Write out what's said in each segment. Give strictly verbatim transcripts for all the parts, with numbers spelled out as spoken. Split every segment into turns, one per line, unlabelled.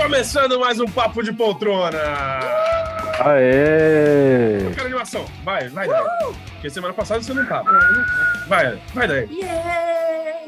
Começando mais um Papo de Poltrona!
Aê!
Eu quero animação. Vai, vai daí. Porque semana passada você não tava. Vai, vai daí.
Yeah!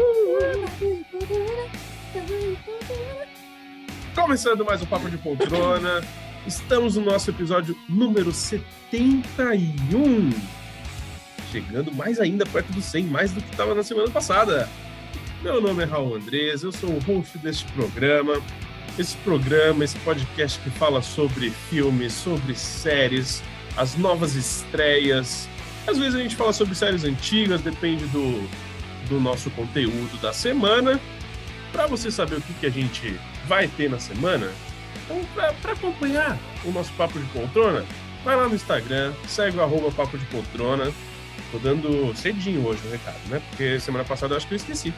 Começando mais um Papo de Poltrona. Estamos no nosso episódio número setenta e um. Chegando mais ainda perto do cem, mais do que estava na semana passada. Meu nome é Raul Andrés, eu sou o host deste programa. Esse programa, esse podcast que fala sobre filmes, sobre séries, as novas estreias. Às vezes a gente fala sobre séries antigas, depende do, do nosso conteúdo da semana. Para você saber o que, que a gente vai ter na semana, então, para acompanhar o nosso Papo de Poltrona, vai lá no Instagram, segue o arroba Papo de Poltrona. Tô dando cedinho hoje o recado, né? Porque semana passada eu acho que eu esqueci.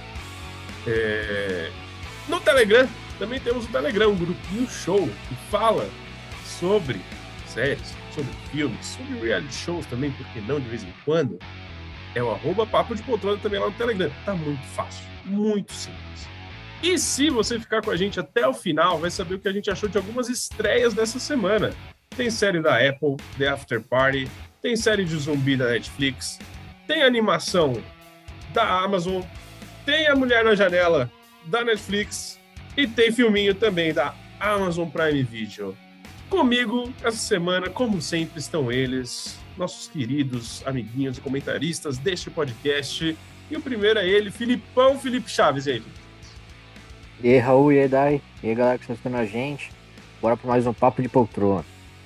É... No Telegram, também temos o Telegram, um grupinho show que fala sobre séries, sobre filmes, sobre reality shows também, porque não de vez em quando. É o arroba Papo de Poltrona também lá no Telegram. Tá muito fácil, muito simples. E se você ficar com a gente até o final, vai saber o que a gente achou de algumas estreias dessa semana. Tem série da Apple, The After Party, tem série de zumbi da Netflix, tem animação da Amazon, tem A Mulher na Janela da Netflix e tem filminho também da Amazon Prime Video. Comigo, essa semana, como sempre, estão eles, nossos queridos amiguinhos e comentaristas deste podcast. E o primeiro é ele, Filipão Felipe Chaves. E aí, Felipe?
E aí, Raul, e aí, Dai? E aí, galera que está escutando a gente? Bora para mais um Papo de Poltrona.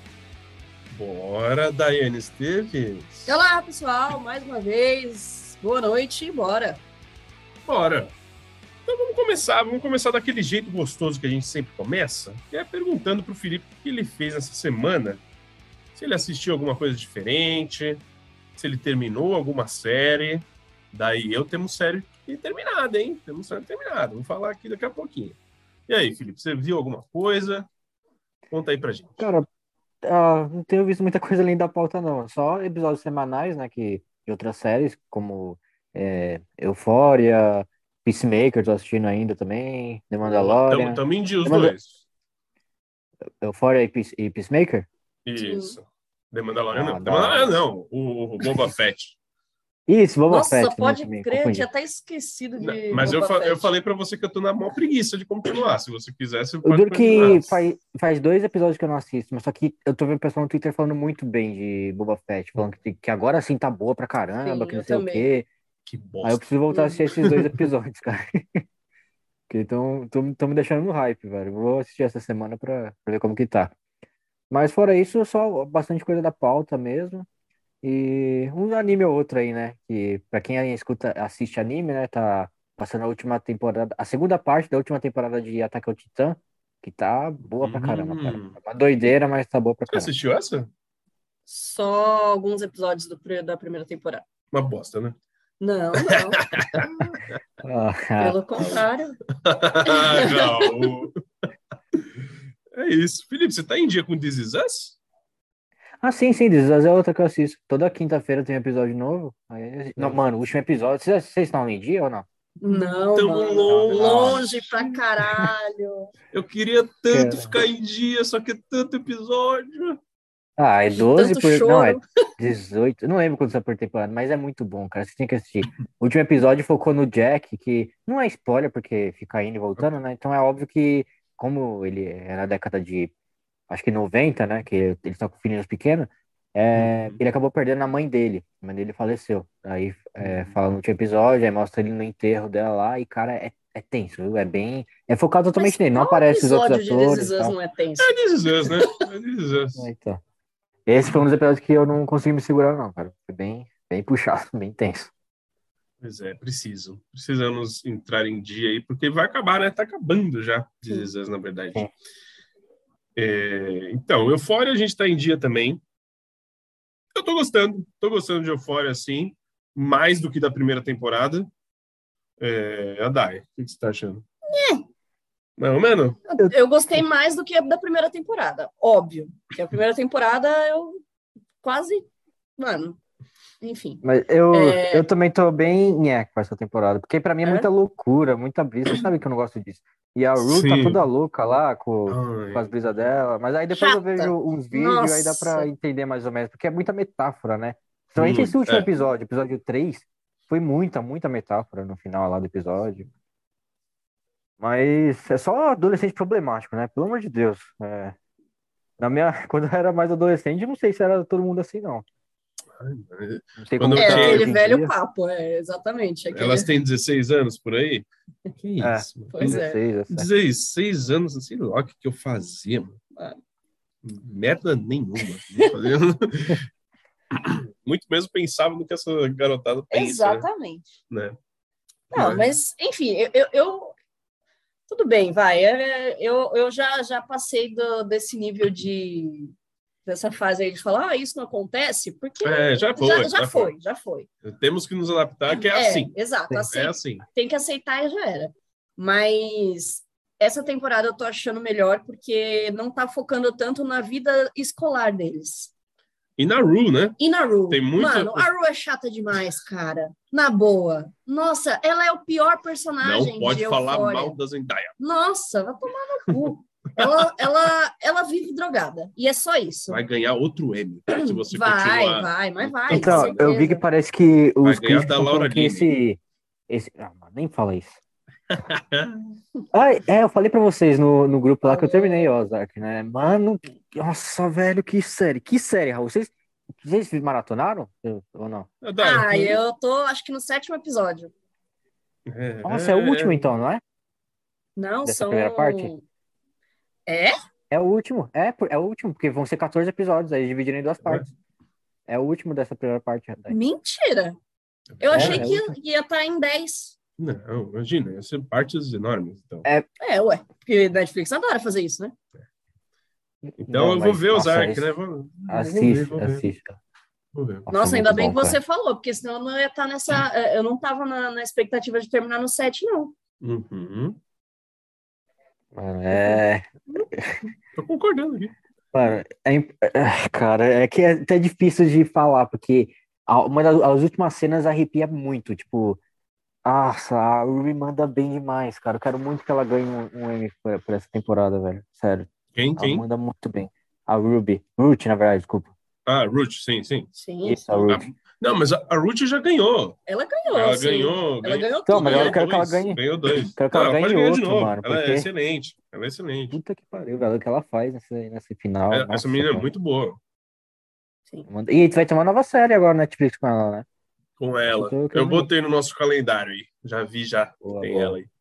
Bora, Daiane Esteves.
Olá, pessoal, mais uma vez. Boa noite e bora.
Bora. Então vamos começar, vamos começar daquele jeito gostoso que a gente sempre começa, que é perguntando pro Felipe o que ele fez essa semana, se ele assistiu alguma coisa diferente, se ele terminou alguma série. Daí eu temos série terminada, hein? Temos série terminada, vamos falar aqui daqui a pouquinho. E aí, Felipe, você viu alguma coisa? Conta aí pra gente.
Cara, ah, não tenho visto muita coisa além da pauta, não. Só episódios semanais, né, que, de outras séries, como é, Euphoria, Peacemaker, tô assistindo ainda também, The Mandalorian.
Tamo em dia os
The Manda-
dois.
Euphoria e, Peace- e Peacemaker?
Isso. The Mandalorian
Ah,
não. The
da
Mandalorian
hora.
não. O, o Boba Fett.
Isso, Boba
Nossa,
Fett também,
pode
também,
crer, eu
confundi.
tinha até esquecido de.
Não, mas eu,
Boba
fa- eu
Fett.
falei pra você que eu tô na maior preguiça de continuar. Se você quiser, você
O
pode
duro
continuar.
que faz, faz dois episódios que eu não assisto, mas só que eu tô vendo o pessoal no Twitter falando muito bem de Boba Fett, falando que, que agora sim tá boa pra caramba,
Sim,
que não
eu
sei o
também.
quê.
Que
Aí eu
bosta.
preciso voltar a assistir
Uhum.
esses dois episódios, cara. Que estão me deixando no hype, velho. Vou assistir essa semana pra, pra ver como que tá. Mas fora isso, só bastante coisa da pauta mesmo. E um anime ou outro aí, né? Que pra quem aí escuta, assiste anime, né? Tá passando a última temporada, a segunda parte da última temporada de Ataque ao Titã, que tá boa pra caramba, cara.
Hum.
É uma doideira, mas tá boa pra
Você
caramba.
assistiu essa?
Só alguns episódios do, pri- da primeira temporada.
Uma bosta, né?
Não, não.
Ah,
Pelo contrário.
Raul. É isso. Felipe, você tá em dia com This Is Us?
ah, sim, sim, This Is Us é outra que eu assisto. Toda quinta-feira tem um episódio novo. Aí, não, mano, o último episódio. Vocês, vocês estão em dia ou não?
Não,
Tamo
mano.
longe.
Longe pra caralho.
Eu queria tanto
Cara.
ficar em dia, só que é tanto episódio.
Ah, é
E
doze
tanto
por. Não, é
choro.
dezoito. Não lembro quanto é por temporada, mas é muito bom, cara. Você tem que assistir. O último episódio focou no Jack, que não é spoiler, porque fica indo e voltando, né? Então é óbvio que, como ele é na década de, acho que noventa, né? Que eles estão com filhinhos pequenos, é,
Uhum.
ele acabou perdendo a mãe dele. A mãe dele faleceu. Aí é,
Uhum.
fala no último episódio, aí mostra ele no enterro dela lá, e, cara, é, é tenso, viu? É bem. É focado
Mas
totalmente nele. Não
qual
aparece os outros
episódio de This
atores
Is
e
Us
tal.
não é tenso?
É This Is Us, né? É This Is Us.
É, então. Esse foi um dos episódios que eu não consegui me segurar, não, cara. Foi bem, bem puxado, bem tenso.
Pois é, preciso. Precisamos entrar em dia aí, porque vai acabar, né? Tá acabando já, This Is Us, na verdade.
Sim.
É, então, Euphoria a gente tá em dia também. Eu tô gostando. Tô gostando de Euphoria, sim. Mais do que da primeira temporada. É, a Dai, o que você tá achando? Não, mano?
Eu, eu gostei mais do que a da primeira temporada, óbvio. Porque a primeira temporada eu quase. Mano, enfim.
Mas eu,
É...
eu também tô bem nhé com essa temporada, porque pra mim é
É?
muita loucura, muita brisa. Você sabe que eu não gosto disso. E a Ru tá
Sim.
toda louca lá com,
Ai.
com as brisas dela. Mas aí depois eu
Chata.
vejo uns vídeos e aí dá pra
Nossa.
entender mais ou menos. Porque é muita metáfora, né? Principalmente esse
Muito,
último
é.
episódio, episódio três, foi muita, muita metáfora no final lá do episódio. Mas é só adolescente problemático, né? Pelo amor de Deus. É. Na minha, quando eu era mais adolescente, eu não sei se era todo mundo assim, não. Não sei
Quando
como
eu
É
tá
tinha-
aquele
hoje em
velho
dia.
papo, é exatamente. Aquele...
Elas têm dezesseis anos por aí? Que
É,
isso, mano.
Pois é.
dezesseis, essa.
dezesseis anos, sei lá o que, que eu fazia, mano.
Ah.
Merda nenhuma. Não fazia- Muito mesmo pensava no que essa garotada pensa, né?
Exatamente.
né?
Não, mas, enfim, eu, eu, eu- tudo bem, vai. É, Eu, eu já, já passei do- desse nível de dessa fase aí de falar, ah, isso não acontece, porque
É, já foi,
já,
já
já foi, já foi.
Temos que nos adaptar, que é,
É,
assim.
exato,
Sim.
assim,
É assim.
tem que aceitar e já era. Mas essa temporada eu tô achando melhor porque não tá focando tanto na vida escolar deles.
E na Ru, né?
E na Ru?
Tem muito-
Mano, a Ru é chata demais, cara. Na boa. Nossa, ela é o pior personagem
Não pode
de
falar
Euphoria.
mal da Zendaya.
Nossa, vai tomar no cu. ela, ela, ela vive drogada. E é só isso.
Vai ganhar outro M. Se você
Vai,
continuar.
vai, mas vai.
Então,
certeza.
eu vi que parece que
Vai
os
ganhar
críticos
da
estão
Laura
falando que
Linney.
esse, esse... Ah, mano, nem fala isso. Ah, é, eu falei pra vocês no, no grupo lá que eu
Falou.
terminei Ozark, né? Mano, nossa, velho, que série. Que série, Raul. Vocês, vocês maratonaram? Eu- Ou não?
Ah, eu tô, acho que no sétimo episódio.
É,
Nossa, é o último então, não é?
Não,
Dessa
são...
primeira parte?
É?
É o último, é, por- é o último, porque vão ser quatorze episódios, aí dividiram em duas partes. É o último dessa primeira parte. daí.
Mentira. Eu
É,
achei
é
que ia, ia estar em dez.
Não, imagina, ia ser partes enormes. Então,
É, ué. Porque Netflix adora fazer isso, né?
então
Não,
eu vou
mas,
ver
nossa,
Ozark,
esse-
né? Vou, vou ver,
Assiste,
vou ver,
assiste.
vou ver.
Nossa, ainda
muito
bem
bom,
que você
cara.
falou, porque senão eu não ia estar nessa. Eu não tava na, na expectativa de terminar no sete, não.
Uhum.
Mano, é.
Tô concordando aqui.
Mano, é imp- é, cara, é que é até difícil de falar, porque a- uma das as últimas cenas arrepia muito, tipo, nossa, a Ruby manda bem demais, cara. Eu quero muito que ela ganhe um, um Emmy por, por essa temporada, velho. Sério.
Quem,
Ela
quem?
manda muito bem. A Ruby. Ruth, na verdade, desculpa.
Ah, Ruth, sim, sim.
Sim,
Isso, a Ruth.
Não, mas a, a Ruth já ganhou.
ela ganhou.
Ela
sim.
ganhou.
Ela
ganhou
ganhou
Então,
tudo.
mas agora
ganhou
eu quero que ela
dois,
ganhe.
Ganhou dois.
Quero que ela
Não,
ganhe
pode ganhar de
outro,
novo.
mano,
Ela é
porque-
excelente. Ela é excelente.
Puta que pariu, velho. O que ela faz nesse, nesse final.
É,
nossa,
Essa menina é
cara.
muito boa.
Manda- E vai ter uma nova série agora na Netflix com ela, né?
Com ela.
Eu tô- eu
Eu
quero
botei no nosso calendário aí. Já vi, já.
Boa,
Tem
boa.
ela aí.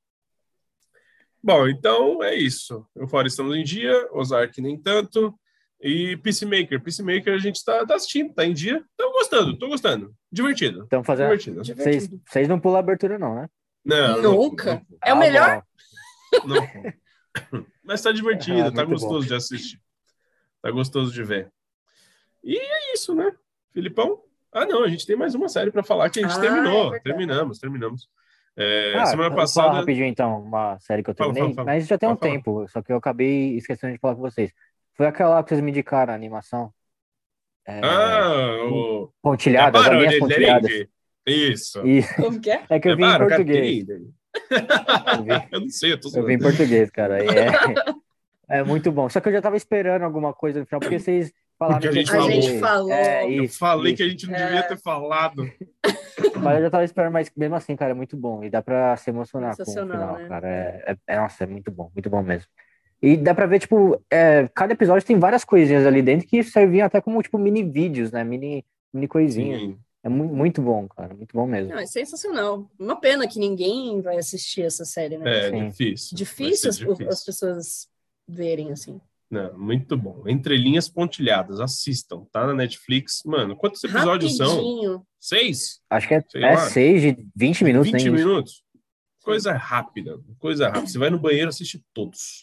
Bom, então é isso. Eu fora estamos em dia, Ozark nem tanto. E Peacemaker. Peacemaker a gente tá, tá assistindo, tá em dia. Tô gostando, tô gostando. Divertido.
Estamos fazendo.
Divertido.
Vocês, vocês não pulam a abertura, não, né?
Não, não-
Nunca.
não-
É o
Ah,
melhor?
bom.
não. Mas tá divertido,
Ah,
tá
muito
gostoso
bom.
de assistir. Tá gostoso de ver. E é isso, né? Filipão? Ah, não, a gente tem mais uma série pra falar que a gente
Ah,
terminou.
é verdade.
terminamos, terminamos. É,
Ah,
semana
eu vou falar
passada.
rapidinho, então, uma série que eu
Fala,
terminei,
fala, fala.
mas já tem um
Pode falar.
tempo, só que eu acabei esquecendo de falar com vocês. Foi aquela que vocês me indicaram, a animação. É,
Ah, o.
pontilhadas, as minhas pontilhadas.
Isso.
E
Como que é?
é que eu vi em
Repara,
português.
querida.
Eu vi,
Eu não sei, eu tô
eu vi em
zoando.
português, cara. e É, é muito bom. Só que eu já tava esperando alguma coisa no final, porque vocês falaram
Porque a
que ia
gente
ter-
falou.
A gente falou.
É,
Eu
isso,
falei
isso.
que a gente não
É.
devia ter falado.
Mas eu já tava esperando, mas mesmo assim, cara, é muito bom. E dá pra se emocionar com o
Sensacional,
final,
né?
cara. É, é- é- nossa, é muito bom, muito bom mesmo. E dá pra ver, tipo, é, cada episódio tem várias coisinhas ali dentro que serviam até como, tipo, mini vídeos, né? Mini, mini coisinhas.
Sim.
É mu muito bom, cara, muito bom mesmo.
Não, é sensacional. Uma pena que ninguém vai assistir essa série, né?
É
Sim.
difícil.
Difícil
Vai ser
as,
difícil.
as pessoas verem, assim.
Não, muito bom. Entre linhas pontilhadas, assistam. Tá na Netflix. Mano, quantos episódios são?
Rapidinho.
Seis?
Acho que é,
Sei
é
lá.
seis de vinte minutos,
vinte
nem isso.
minutos? Coisa rápida. Coisa rápida. Você vai no banheiro, assiste todos.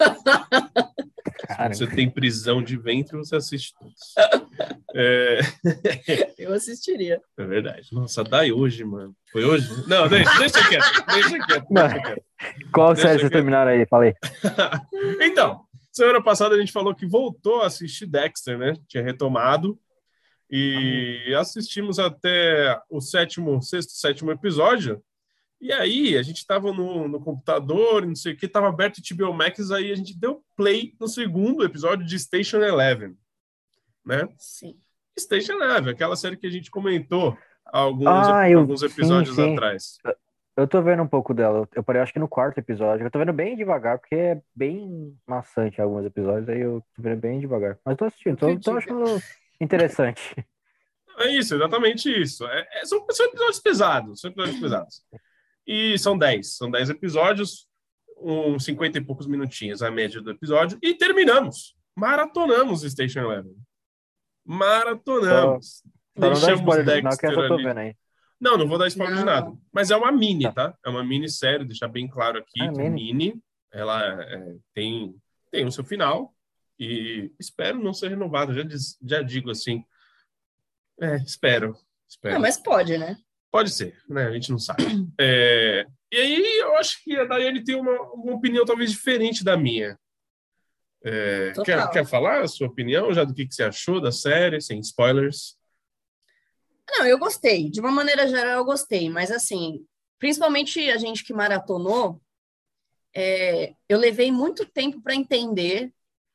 Cara,
Você tem prisão de ventre, você assiste todos. É,
Eu assistiria.
é verdade. Nossa, Dai hoje, mano. Foi hoje? Não, deixa, deixa quieto. Deixa quieto. Deixa quieto.
qual
Deixa
série vocês
que-
terminaram aí? Falei.
Então, semana passada a gente falou que voltou a assistir Dexter, né? Tinha retomado. E assistimos até o sétimo, sexto, sétimo episódio. E aí, a gente estava no, no computador, não sei o que, estava aberto o H B O Max, aí a gente deu play no segundo episódio de Station Eleven, né?
Sim.
Station Eleven, aquela série que a gente comentou alguns,
Ah, eu.
alguns
Sim,
episódios
sim.
atrás.
Eu tô vendo um pouco dela. Eu parei, acho que no quarto episódio. Eu tô vendo bem devagar, porque é bem maçante alguns episódios. Aí eu tô vendo bem devagar. Mas tô assistindo, tô, tô achando interessante.
É isso, exatamente isso. É, é, são, são episódios pesados, são episódios pesados. E são dez, são dez episódios, uns cinquenta e poucos minutinhos a média do episódio, e terminamos. Maratonamos Station Eleven. Maratonamos.
Só, só não dá
Deixamos
spoiler, não, que
Dexter
essa eu tô
ali.
vendo aí.
Não, não vou dar spoiler
Não.
de nada. Mas é uma mini,
Tá.
tá? É uma minissérie, deixar bem claro aqui
Ah,
que é
mini.
mini. Ela é, tem, tem o seu final e espero não ser renovada. Já, diz- já digo assim. É, espero. espero.
Não, mas pode, né?
Pode ser, né? A gente não sabe. É, e aí eu acho que a Daiane tem uma, uma opinião talvez diferente da minha. É,
Total.
quer, quer falar a sua opinião já do que, que você achou da série, sem spoilers?
Não, eu gostei. De uma maneira geral, eu gostei. Mas, assim, principalmente a gente que maratonou, é, eu levei muito tempo para entender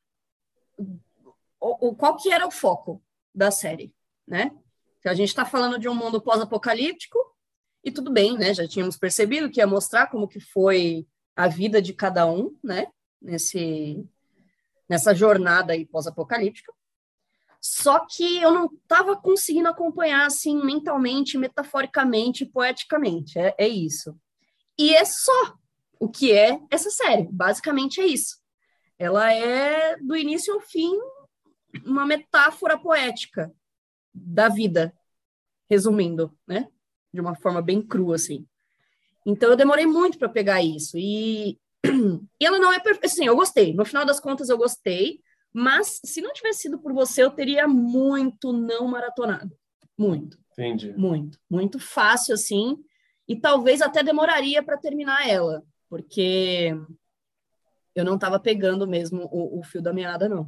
o, o- qual que era o foco da série, né? Que a gente está falando de um mundo pós-apocalíptico e tudo bem, né? Já tínhamos percebido que ia mostrar como que foi a vida de cada um, né? Nesse, nessa jornada aí pós-apocalíptica. Só que eu não estava conseguindo acompanhar assim mentalmente, metaforicamente, poeticamente. É, é isso. E é só o que é essa série. Basicamente é isso. Ela é, do início ao fim, uma metáfora poética da vida, resumindo, né? De uma forma bem crua, assim. Então eu demorei muito para pegar isso. E, e ela não é perfeita. Assim, eu gostei. No final das contas, eu gostei. Mas se não tivesse sido por você, eu teria muito não maratonado. Muito,
Entendi.
muito. Muito fácil, assim. E talvez até demoraria para terminar ela. Porque eu não estava pegando mesmo o, o fio da meada, não.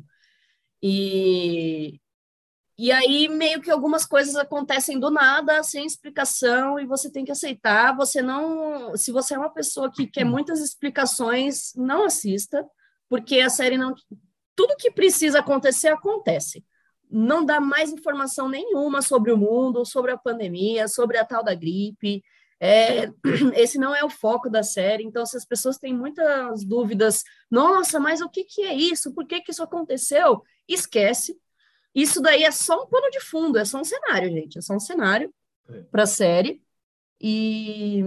E, e aí, meio que algumas coisas acontecem do nada, sem explicação, e você tem que aceitar. Você não. Se você é uma pessoa que quer muitas explicações, não assista, porque a série não. Tudo que precisa acontecer, acontece. Não dá mais informação nenhuma sobre o mundo, sobre a pandemia, sobre a tal da gripe. É, esse não é o foco da série. Então, se as pessoas têm muitas dúvidas, nossa, mas o que, que é isso? Por que, que isso aconteceu? Esquece. Isso daí é só um pano de fundo, é só um cenário, gente. É só um cenário
É.
para a série. E,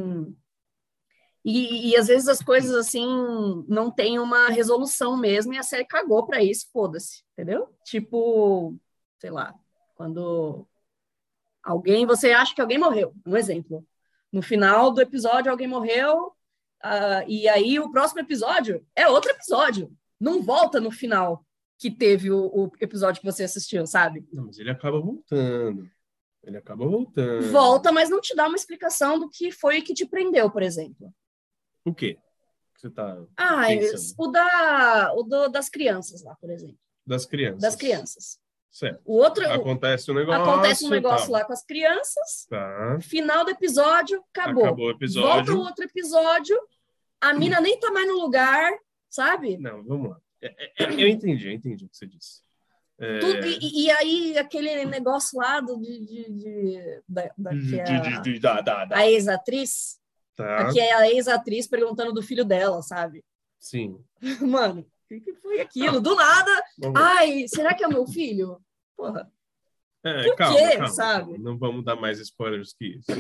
e, e às vezes as coisas assim não tem uma resolução mesmo, e a série cagou para isso, foda-se, entendeu? Tipo, sei lá, quando alguém, você acha que alguém morreu, um exemplo. No final do episódio, alguém morreu, uh, e aí o próximo episódio é outro episódio. Não volta no final que teve o, o episódio que você assistiu, sabe?
Não, mas ele acaba voltando. Ele acaba voltando.
Volta, mas não te dá uma explicação do que foi que te prendeu, por exemplo.
O quê? Que você tá
Ah,
pensando?
o, da, o do, das crianças lá, por exemplo.
Das crianças.
Das crianças.
Certo.
O outro,
Acontece um negócio.
acontece um negócio
tal.
lá com as crianças.
Tá.
Final do episódio, acabou.
Acabou o episódio.
Volta o outro episódio, a mina nem tá mais no lugar, sabe?
Não, vamos lá. É, é, eu entendi, eu entendi o que você disse. É...
Tudo, e, e aí, aquele negócio lá do, de, de, de, da, da, que é
De- de- de- da- da- da.
a, a ex-atriz,
Tá.
aqui é a ex-atriz perguntando do filho dela, sabe?
Sim.
Mano, o que, que foi aquilo? Do nada,
Vamos lá.
ai, será que é o meu filho? Porra.
É,
Por
calma,
quê,
calma,
sabe?
calma. Não vamos dar mais spoilers que isso.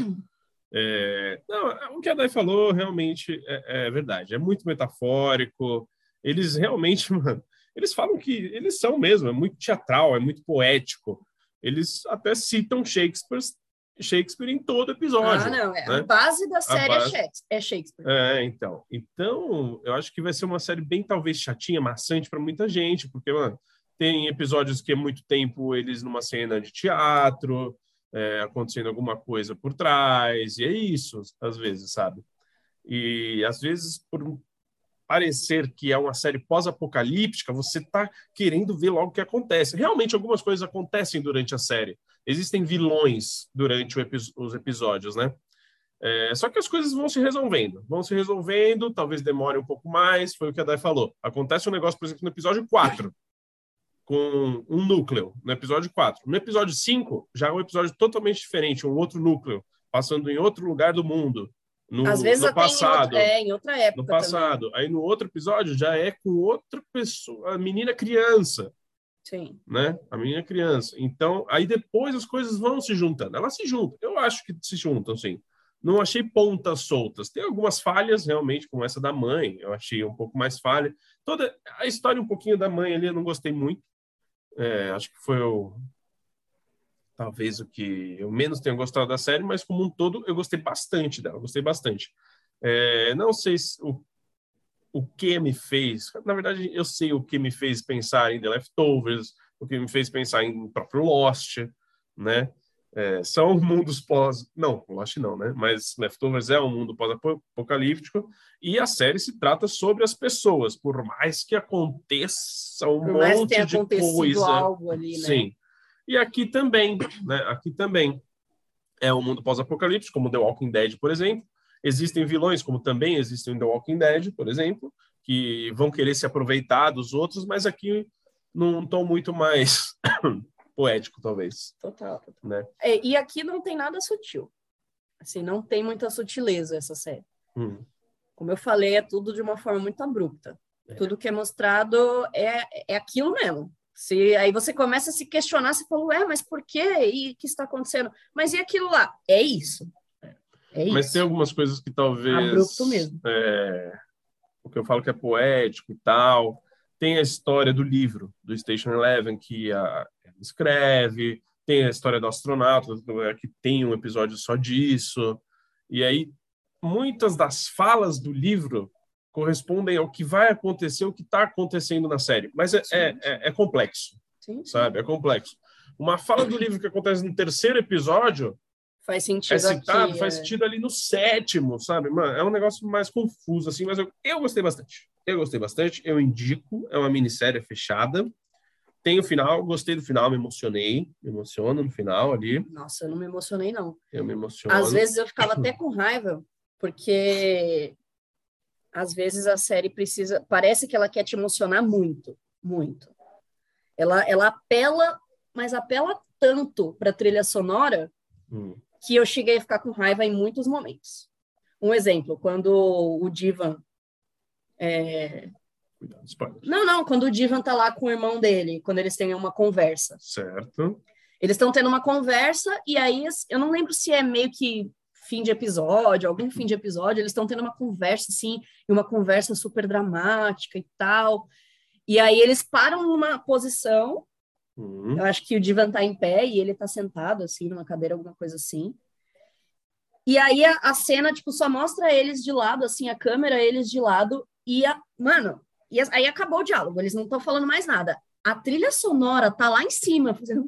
É, não, o que a Dai falou realmente é, é verdade. É muito metafórico. Eles realmente, mano, eles falam que eles são mesmo, é muito teatral, é muito poético. Eles até citam Shakespeare, Shakespeare em todo episódio.
Ah, não, é,
né?
a base da série
base-
É, Shakespeare, é Shakespeare.
É, então. Então, eu acho que vai ser uma série bem, talvez, chatinha, maçante para muita gente, porque, mano, tem episódios que é muito tempo eles numa cena de teatro, é, acontecendo alguma coisa por trás, e é isso, às vezes, sabe? E, às vezes, por parecer que é uma série pós-apocalíptica, você tá querendo ver logo o que acontece. Realmente, algumas coisas acontecem durante a série. Existem vilões durante o epi- os episódios, né? É, só que as coisas vão se resolvendo, vão se resolvendo, talvez demore um pouco mais, foi o que a Dai falou. Acontece um negócio, por exemplo, no episódio quatro, com um núcleo, no episódio quatro. No episódio cinco, já é um episódio totalmente diferente, um outro núcleo, passando em outro lugar do mundo, no,
Às vezes
no
até em,
passado.
outra, é, em outra época
No passado.
também.
Aí no outro episódio já é com outra pessoa, a menina criança.
Sim.
Né? A menina criança. Então, aí depois as coisas vão se juntando. Elas se juntam. Eu acho que se juntam, sim. Não achei pontas soltas. Tem algumas falhas, realmente, como essa da mãe. Eu achei um pouco mais falha. Toda a história um pouquinho da mãe ali, eu não gostei muito. É, acho que foi o... talvez o que eu menos tenho gostado da série, mas como um todo, eu gostei bastante dela. Gostei bastante. É, não sei se o o que me fez, na verdade eu sei o que me fez pensar em The Leftovers, o que me fez pensar em próprio Lost, né? É, são mundos pós, não, Lost não, né? Mas Leftovers é um mundo pós-apocalíptico e a série se trata sobre as pessoas, por mais que aconteça um
Por mais que
monte
tenha
de
acontecido
coisa,
algo ali, né?
sim. E aqui também, né? Aqui também é um mundo pós-apocalíptico, como The Walking Dead, por exemplo. Existem vilões, como também existem em The Walking Dead, por exemplo, que vão querer se aproveitar dos outros, mas aqui num tom muito mais poético, talvez.
Total. total.
Né?
É, e aqui não tem nada sutil. Assim, não tem muita sutileza essa série.
Hum.
Como eu falei, é tudo de uma forma muito abrupta. É. Tudo que é mostrado é, é aquilo mesmo. Se, aí você começa a se questionar, você fala, ué, mas por quê? E o que está acontecendo? Mas e aquilo lá? É isso. É
Mas
isso.
tem algumas coisas que talvez...
Abrupto mesmo.
É, o que eu falo que é poético e tal. Tem a história do livro, do Station Eleven, que a, ela escreve. Tem a história do astronauta, que tem um episódio só disso. E aí, muitas das falas do livro correspondem ao que vai acontecer, o que está acontecendo na série. Mas é, é, é, é complexo,
sim, sim.
sabe? É complexo. Uma fala do livro que acontece no terceiro episódio
faz sentido
é citado,
aqui,
faz
é...
sentido ali no sétimo, sabe? Mano, é um negócio mais confuso, assim, mas eu, eu gostei bastante. Eu gostei bastante, eu indico, é uma minissérie fechada. Tem o final, gostei do final, me emocionei, me emociono no final ali.
Nossa, eu não me emocionei, não.
Eu me emociono.
Às vezes eu ficava até com raiva, porque às vezes a série precisa... Parece que ela quer te emocionar muito, muito. Ela, ela apela, mas apela tanto para a trilha sonora hum. que eu cheguei a ficar com raiva em muitos momentos. Um exemplo, quando o Divan... É...
Cuidado, spoiler.
Não, não, quando o Divan tá lá com o irmão dele, quando eles têm uma conversa.
Certo.
Eles estão tendo uma conversa e aí, eu não lembro se é meio que fim de episódio, algum fim de episódio, eles estão tendo uma conversa, assim, uma conversa super dramática e tal. E aí eles param numa posição, uhum. Eu acho que o Divan tá em pé e ele tá sentado, assim, numa cadeira, alguma coisa assim. E aí a, a cena, tipo, só mostra eles de lado, assim, a câmera, eles de lado, e, a, mano, e a, aí acabou o diálogo, eles não estão falando mais nada. A trilha sonora tá lá em cima, fazendo...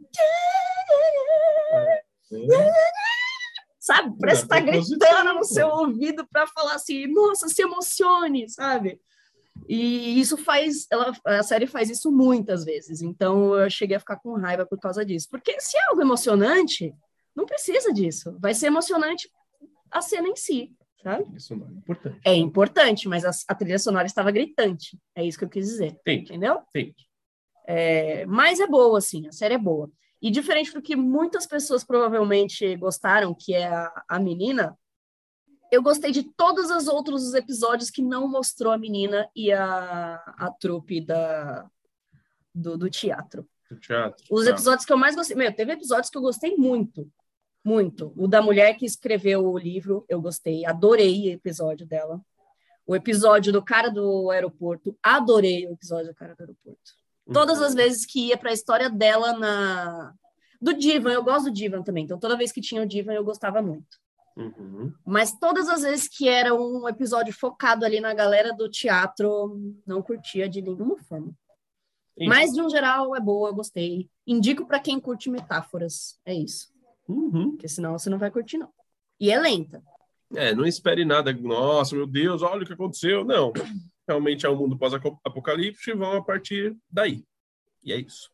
Sabe? Parece que tá gritando no seu ouvido para falar assim, nossa, se emocione, sabe? E isso faz, ela, a série faz isso muitas vezes, então eu cheguei a ficar com raiva por causa disso. Porque se é algo emocionante, não precisa disso. Vai ser emocionante a cena em si, sabe?
A trilha sonora é importante.
É importante, mas a, a trilha sonora estava gritante. É isso que eu quis dizer.
Entendi.
Entendeu?
Entendi.
É, mas é boa, assim, a série é boa. E diferente do que muitas pessoas provavelmente gostaram, que é a, a menina, eu gostei de todos os outros episódios que não mostrou a menina e a, a trupe da, do, do teatro.
Do teatro.
Os episódios que eu mais gostei... Meu, teve episódios que eu gostei muito, muito. O da mulher que escreveu o livro, eu gostei. Adorei o episódio dela. O episódio do cara do aeroporto, adorei o episódio do cara do aeroporto. Todas
uhum.
as vezes que ia para a história dela na... Do Divan, eu gosto do Divan também. Então, toda vez que tinha o Divan, eu gostava muito.
Uhum.
Mas todas as vezes que era um episódio focado ali na galera do teatro, não curtia de nenhuma forma. Sim. Mas, de um geral, é boa, eu gostei. Indico para quem curte metáforas. É isso.
Uhum.
Porque senão você não vai curtir, não. E é lenta.
É, não espere nada. Nossa, meu Deus, olha o que aconteceu. Não. Realmente é um mundo pós-apocalíptico e vão a partir daí. E é isso.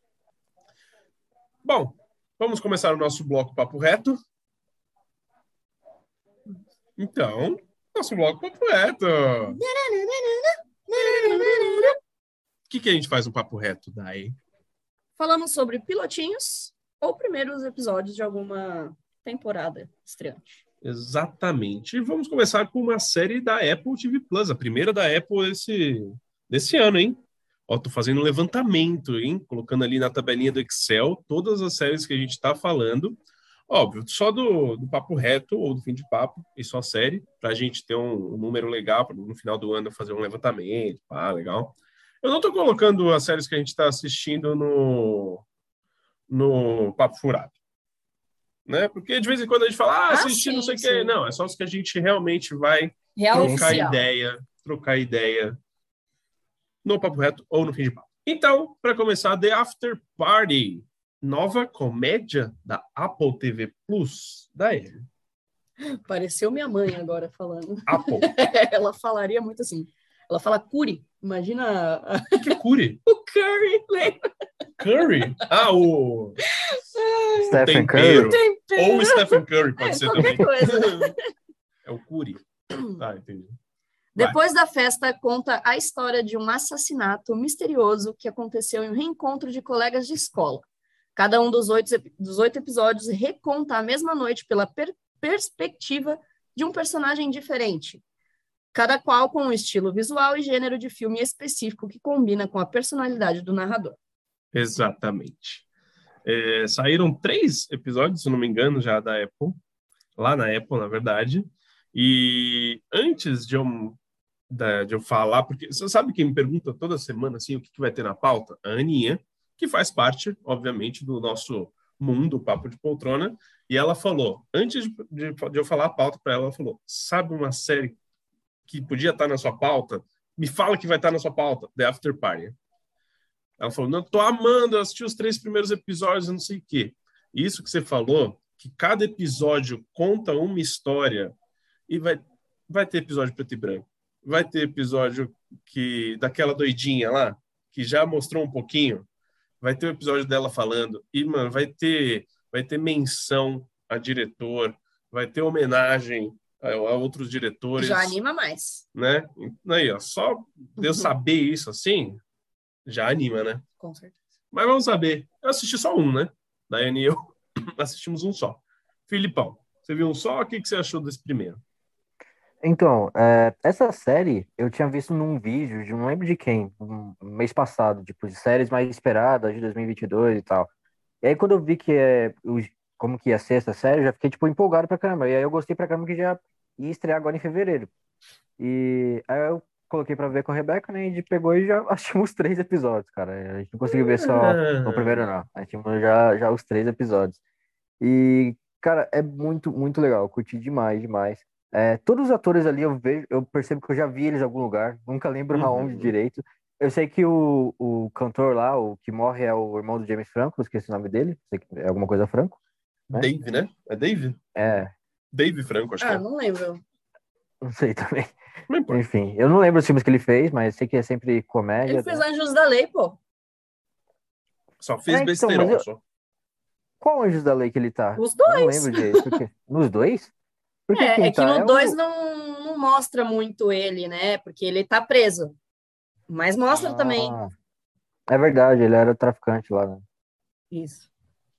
Bom, vamos começar o nosso bloco Papo Reto. Então, nosso bloco papo reto. O que, que a gente faz no papo reto, Dai?
Falamos sobre pilotinhos ou primeiros episódios de alguma temporada estreante.
Exatamente. E vamos começar com uma série da Apple T V Plus, a primeira da Apple esse, desse ano, hein? Ó, tô fazendo um levantamento, hein? Colocando ali na tabelinha do Excel todas as séries que a gente tá falando. Óbvio, só do, do papo reto ou do fim de papo, e só série, pra gente ter um, um número legal, para no final do ano fazer um levantamento, ah, legal. Eu não tô colocando as séries que a gente tá assistindo no, no Papo Furado. Né? Porque de vez em quando a gente fala, ah, assisti
ah, sim,
não sei o
sim.
quê. Não, é só os que a gente realmente vai
Real
trocar
oficial.
ideia, trocar ideia no Papo Reto ou no fim de papo. Então, para começar, The After Party, nova comédia da Apple T V Plus, da L.
Pareceu minha mãe agora falando.
Apple.
Ela falaria muito assim. Ela fala Curry. Imagina a...
O que é Curry?
o Curry, lembra?
Curry? Ah, o...
Stephen
tempero.
Curry.
Tempero.
Ou o Stephen Curry, pode
É,
ser
qualquer
também.
coisa.
É o Curry. Ah, entendi.
Depois da festa, conta a história de um assassinato misterioso que aconteceu em um reencontro de colegas de escola. Cada um dos oito, dos oito episódios reconta a mesma noite pela per- perspectiva de um personagem diferente, cada qual com um estilo visual e gênero de filme específico que combina com a personalidade do narrador.
Exatamente. É, saíram três episódios, se não me engano, já da Apple, lá na Apple, na verdade. E antes de eu, da, de eu falar, porque você sabe quem me pergunta toda semana assim, o que, que vai ter na pauta? A Aninha, que faz parte, obviamente, do nosso mundo, Papo de Poltrona, e ela falou, antes de, de, de eu falar a pauta para ela, ela falou, sabe uma série que podia estar na sua pauta? Me fala que vai estar na sua pauta, The After Party. Ela falou, não, tô amando, eu assisti os três primeiros episódios, não sei o quê. Isso que você falou, que cada episódio conta uma história, e vai, vai ter episódio preto e branco, vai ter episódio que daquela doidinha lá, que já mostrou um pouquinho, vai ter o um episódio dela falando, e, mano, vai ter, vai ter menção a diretor, vai ter homenagem a, a outros diretores.
Já anima mais.
Né? Aí, ó, só de eu saber isso assim, já anima, né?
Com certeza.
Mas vamos saber. Eu assisti só um, né? Daiane e eu assistimos um só. Filipão, você viu um só? O que, que você achou desse primeiro?
Então, é, essa série eu tinha visto num vídeo de não lembro de quem, um mês passado, tipo, de séries mais esperadas de dois mil e vinte e dois e tal. E aí quando eu vi que é, o- como que ia ser essa série, eu já fiquei, tipo, empolgado pra caramba. E aí eu gostei pra caramba que já ia estrear agora em fevereiro. E aí eu coloquei pra ver com a Rebeca, né? E a gente pegou e já assistimos os três episódios, cara. A gente não conseguiu ver só o primeiro, não. A gente viu já, já os três episódios. E, cara, é muito, muito legal. Eu curti demais, demais. É, todos os atores ali eu vejo, eu percebo que eu já vi eles em algum lugar, nunca lembro
Uhum.
aonde direito. Eu sei que o, o cantor lá, o que morre é o irmão do James Franco, esqueci o nome dele, sei que é alguma coisa Franco, né?
Dave, né? É Dave?
É,
Dave Franco, acho que
Ah,
é.
não lembro.
não sei também.
Não importa.
Enfim, eu não lembro os filmes que ele fez, mas sei que é sempre comédia.
Ele fez
né?
Anjos da Lei, pô.
Só fez
É, então,
besteirol,
mas eu-
só.
Qual Anjos da Lei que ele tá?
Os
Eu não
dois.
lembro direito. Por quê? Nos dois? Por que
É,
quem
é que
tá?
no
o-
dois não, não mostra muito ele, né? Porque ele tá preso. Mas mostra também.
Ah, é verdade, ele era traficante lá, né?
Isso.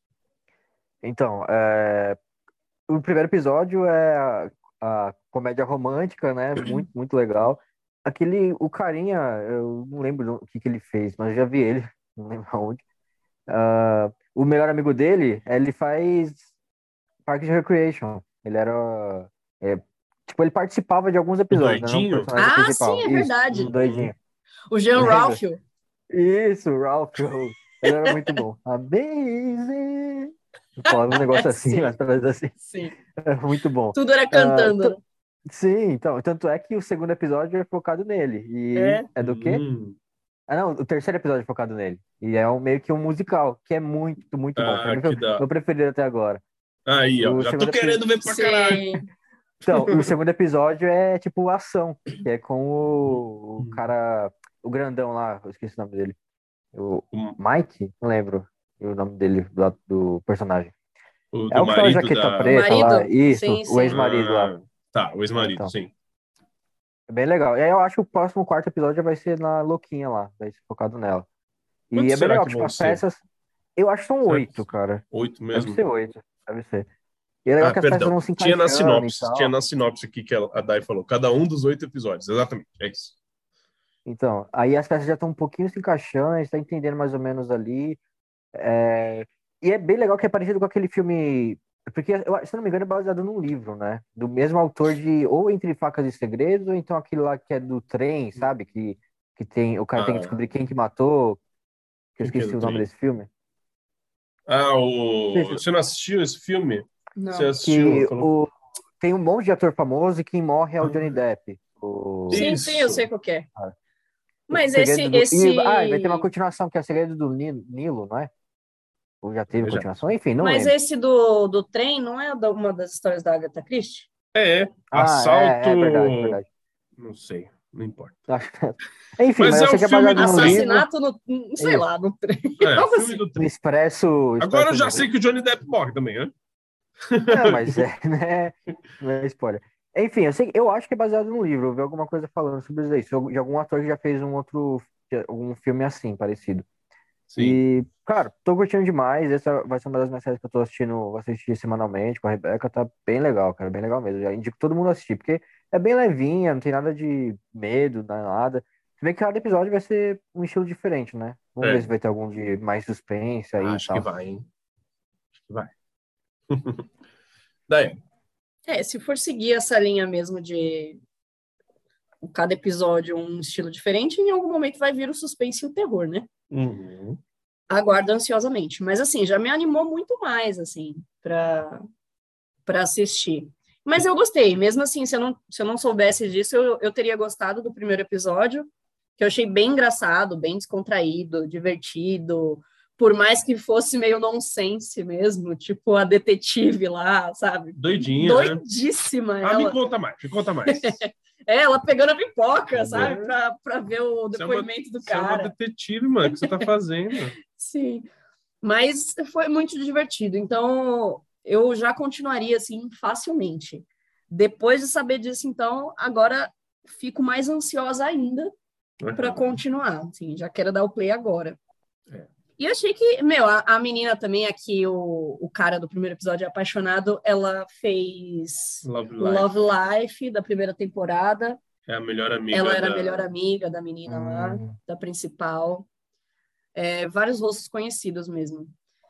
Então, é, o primeiro episódio é a, a comédia romântica, né? Muito, muito legal. Aquele, o carinha, eu não lembro o que, que ele fez, mas eu já vi ele, não lembro aonde. Ah, o melhor amigo dele, ele faz Parks and Recreation. Ele era. é, tipo, ele participava de alguns episódios, né? Não o
doidinho?
personagem
Ah,
principal.
sim, é
Isso,
verdade.
o doidinho.
O Jean
Lembra?
Ralphio.
Isso, o Ralph. o- Ele era muito bom. Amazing. Falava um negócio assim,
Sim.
mas parece assim.
Sim.
É muito bom.
Tudo era cantando.
Ah, Sim, então, tanto é que o segundo episódio é focado nele. E
É.
é do quê?
Hum.
Ah, não, o terceiro episódio é focado nele. E é um, meio que um musical, que é muito, muito bom. Pra
Ah,
mim
que
foi
da...
meu preferido até agora.
Aí, ó.
O
Já tô
segundo
querendo ver pra caralho.
Sim.
Então, o segundo episódio é tipo ação, que é com o, o
Hum.
cara, o grandão lá, eu esqueci o nome dele. O
O,
Mike? Não lembro o nome dele, do, do personagem.
o
É
do
o que fala
marido
jaqueta
da...
preta
Marido.
lá, isso,
Sim,
o
sim.
ex-marido lá.
Ah, Tá, o ex-marido,
Então.
sim.
É bem legal. E aí eu acho que o próximo quarto episódio já vai ser na Louquinha lá, vai ser focado nela. E
Quantos
é bem
será
legal,
que
tipo,
vão
as
ser?
peças. Eu acho que são
Será
oito,
que-
cara.
Oito
Deve
mesmo?
ser oito, deve ser. E é legal
Ah,
que as peças
perdão.
vão se
Tinha na
encaixando e
sinopse, tinha
tal.
na sinopse aqui que a Dai falou. Cada um dos oito episódios, exatamente, é isso.
Então, aí as peças já estão um pouquinho se encaixando, a gente tá entendendo mais ou menos ali. É, E é bem legal que é parecido com aquele filme. Porque, eu, se não me engano, é baseado num livro, né? Do mesmo autor de ou Entre Facas e Segredos, ou então aquele lá que é do trem, sabe? Que, que tem, o cara tem que
Ah,
descobrir quem que matou. Que eu
quem que é
esqueci
do
o nome
trem?
desse filme.
Ah,
Não sei
o...
se-
Você não assistiu esse filme? Você
Não.
assistiu,
Que
falou.
o, tem um monte de ator famoso e quem morre é o Johnny
Ah,
Depp. O,
Sim, sim, eu sei
isso.
qual que é.
ah, o
Mas esse,
Segredo do. E, ah, e vai ter uma
esse,
continuação que é o Segredo do Nilo, Nilo, não é? Ou já teve
Já.
continuação? Enfim, não
mas
lembro.
esse do, do trem não é da- uma das histórias da Agatha Christie?
É,
Ah,
assalto.
é, é verdade, verdade.
Não sei, não importa.
Acho que- Enfim,
Mas
mas eu
é o
sei que é
filme
baseado
do
no
trem.
livro.
Assassinato no, sei
Isso.
lá, no trem.
É,
Algo
filme
assim.
do
No
trem.
Expresso,
Agora eu
Expresso
já sei
Negro.
que o Johnny Depp morre também, né?
Não, mas é, né? Não é spoiler. Enfim, eu sei, eu acho que é baseado no livro. Eu vi alguma coisa falando sobre isso aí, sobre- de algum ator que já fez um outro, um filme assim, parecido.
Sim.
E, cara, tô curtindo demais. Essa vai ser uma das minhas séries que eu tô assistindo, vou assistir semanalmente com a Rebeca. Tá bem legal, cara, bem legal mesmo. Já indico todo mundo a assistir, porque é bem levinha, não tem nada de medo, não é nada. Se bem que cada episódio vai ser um estilo diferente, né? Vamos ver
É,
se vai ter algum de mais suspense aí e
acho que
tal.
vai, hein? Acho que vai. Daí.
É, se for seguir essa linha mesmo de cada episódio um estilo diferente, em algum momento vai vir o suspense e o terror, né?
Uhum.
Aguardo ansiosamente. Mas, assim, já me animou muito mais, assim, para para assistir. Mas eu gostei. Mesmo assim, se eu não, se eu não soubesse disso, eu, eu teria gostado do primeiro episódio, que eu achei bem engraçado, bem descontraído, divertido, por mais que fosse meio nonsense mesmo, tipo a detetive lá, sabe?
Doidinha, né?
Doidíssima
Ah, me
ela.
conta mais, me conta mais.
É, ela pegando a pipoca,
É.
sabe? Pra, pra ver o
Você é uma,
depoimento do
você é uma
cara.
detetive, mano. O que você tá fazendo?
Sim. Mas foi muito divertido. Então, eu já continuaria assim facilmente. Depois de saber disso, então, agora fico mais ansiosa ainda para
Aham.
continuar. Assim, já quero dar o play agora.
É.
E achei que, meu, a, a menina também aqui, o, o cara do primeiro episódio é apaixonado, ela fez
Love Life.
Love Life da primeira temporada.
É a melhor amiga
Ela era
da...
a melhor amiga da menina lá,
Hum,
da principal. É, vários rostos conhecidos mesmo.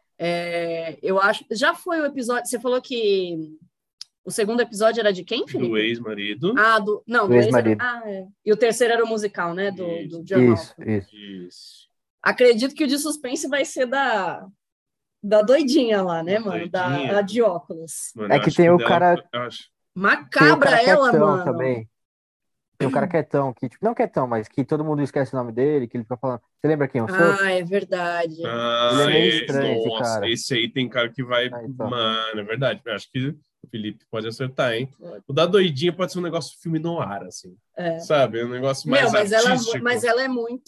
É, eu acho. Já foi o episódio. Você falou que o segundo episódio era de quem,
do
Felipe?
ex-marido.
Ah, do. Não,
do
do ex era.
ex-marido.
Ah, é. E o terceiro era o musical, né? Do,
Isso.
do John
Isso,
Malkovich.
isso.
Isso.
Acredito que o de suspense vai ser da. Da doidinha lá, né,
Da
mano?
doidinha.
Da a de óculos.
Mano,
É
eu
que
acho
tem
que
o
dela...
cara,
Eu acho...
tem o
Macabra
cara
ela,
quietão
mano.
também. Tem o cara quietão, que, tipo, não quietão, mas que todo mundo esquece o nome dele, que ele fica falando. Você lembra quem eu sou?
Ah, é verdade.
Ele é
Ah,
meio
é.
estranho, esse
Nossa,
cara.
esse aí tem cara que vai...
Ah, então.
Mano, é verdade. Eu acho que o Felipe pode acertar, hein? O da doidinha pode ser um negócio filme no ar, assim.
É.
Sabe? Um negócio mais
Meu, mas ela,
artístico.
mas ela é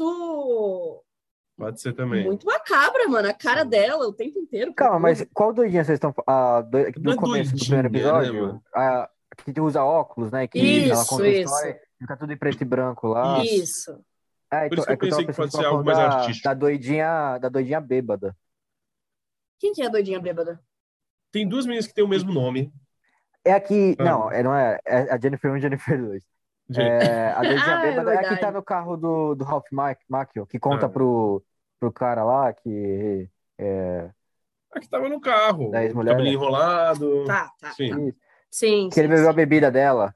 muito.
Pode ser também.
Muito macabra, mano. A cara
Sim.
dela o tempo inteiro.
Calma, mas
procura.
qual doidinha vocês estão. A do,
Não
do
é
começo do primeiro
doidinha, né,
episódio?
mano?
A, que usa óculos, né? Que ela
Isso,
conta a
isso.
história, fica tudo em preto e branco lá.
Isso.
Isso.
É,
Por
então,
isso que eu
é que eu tava
pensei que
pensando
pode
que
ser
tava
algo
falando
mais
da,
artístico.
da doidinha, da doidinha bêbada.
Quem que é a doidinha bêbada?
Tem duas meninas que têm o mesmo nome.
É a que.
Ah.
Não, é, não é. É a Jennifer um e Jennifer dois.
Gente,
É, a doidinha
Ah, é
bêbada é a que tá
verdade.
no carro do, do Ralph Mac- Macchio, que conta
Ah.
pro, pro cara lá que. É,
a que tava no carro.
Da
O
ex-mulher.
cabelinho enrolado.
Tá, tá.
Sim.
isso,
Sim,
que ele
sim,
bebeu a
sim.
bebida dela.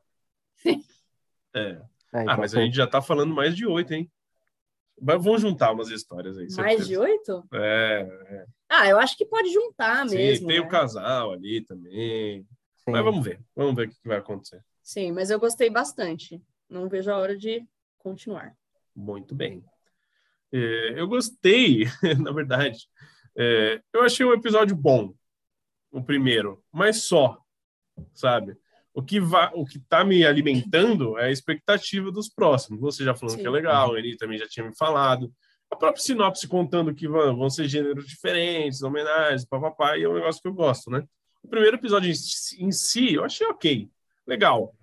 É.
É,
Ah,
então
mas a
foi.
gente já tá falando mais de oito, hein? Mas vamos juntar umas histórias aí.
Mais
certeza.
de oito?
É,
Ah, eu acho que pode juntar
sim,
mesmo.
tem
né?
o casal ali também.
Sim.
Mas vamos ver. Vamos ver o que que vai acontecer.
Sim, mas eu gostei bastante. Não vejo a hora de continuar.
Muito bem. É, eu gostei, na verdade. É, eu achei um episódio bom, o primeiro, mas só, sabe? O que, va- o que tá me alimentando é a expectativa dos próximos. Você já falando
Sim.
que é legal, a Eni também já tinha me falado. A própria sinopse contando que vão, vão ser gêneros diferentes, homenagens, papapá, e é um negócio que eu gosto, né? O primeiro episódio em si, em si, eu achei ok, legal.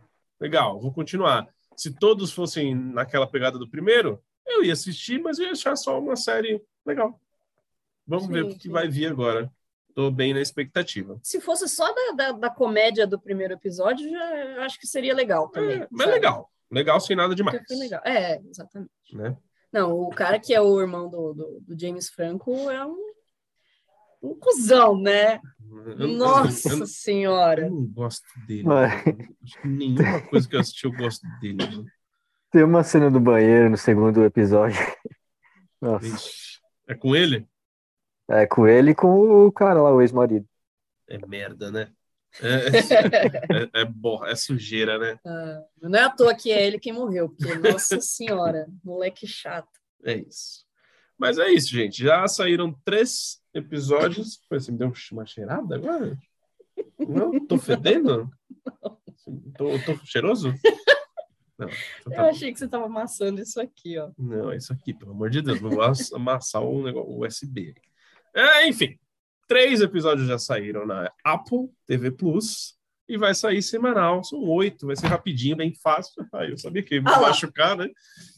legal, vou continuar. Se todos fossem naquela pegada do primeiro, eu ia assistir, mas eu ia achar só uma série legal. Vamos
Sim,
ver o que
sim.
vai vir agora. Tô bem na expectativa.
Se fosse só da, da, da comédia do primeiro episódio, já eu acho que seria legal também.
É, mas
sabe?
legal. Legal sem nada demais.
Porque foi legal. É, exatamente.
Né?
Não, o cara que é o irmão do, do, do James Franco é um, um cuzão, né?
Eu- eu-
Nossa
eu, eu
senhora.
não gosto dele.
Mas-
Né? Acho que nenhuma coisa que eu assisti eu gosto dele. Né?
Tem uma cena do banheiro no segundo episódio. Nossa.
Ixi, é com ele?
É com ele e com o cara lá, o ex-marido.
É merda, né? É, é, é, borra, é sujeira, né?
Ah, não é à toa que é ele quem morreu, porque, nossa senhora, moleque chato.
É isso. Mas é isso, gente. Já saíram três episódios. Pô, você me deu uma cheirada agora? Não? Tô fedendo? Tô, tô cheiroso? Não, então tá
Eu
bom.
achei que você estava amassando isso aqui, ó.
Não, é isso aqui, pelo amor de Deus. Não vou amassar o negócio o U S B. É, enfim, três episódios já saíram na Apple T V Plus e vai sair semanal. São oito, vai ser rapidinho, bem fácil. Aí eu sabia que ia me
Ah lá.
machucar, né?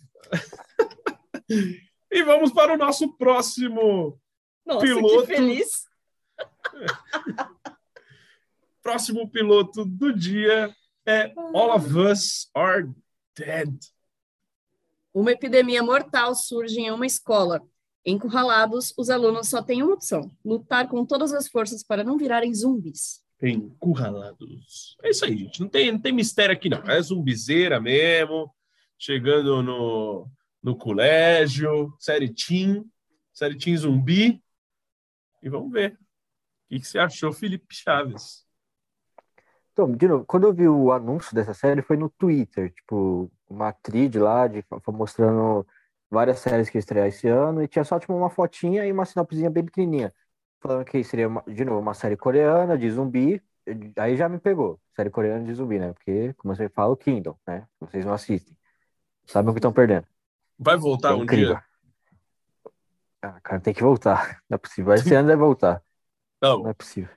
E vamos para o nosso próximo
Nossa,
Piloto.
que feliz.
próximo piloto do dia é All of Us Are Dead.
Uma epidemia mortal surge em uma escola. Encurralados, os alunos só têm uma opção: lutar com todas as forças para não virarem zumbis.
Encurralados. É isso aí, gente. Não tem, não tem mistério aqui, não. É zumbizeira mesmo. Chegando no, no colégio. Série Teen. Série Teen zumbi. E vamos ver. O que, que você achou, Felipe Chaves?
Então, de novo, quando eu vi o anúncio dessa série foi no Twitter, tipo, uma thread lá de, mostrando várias séries que ia estrear esse ano e tinha só tipo uma fotinha e uma sinopsezinha bem pequenininha, falando que seria, uma- de novo, uma série coreana de zumbi. Aí já me pegou, série coreana de zumbi, né? Porque, como você fala, o Kingdom, né? Vocês não assistem, sabem o que estão perdendo.
Vai voltar
É
um
incrível.
dia?
Ah, cara, tem que voltar. Não é possível. Esse ano deve voltar. Não
Não.
é possível.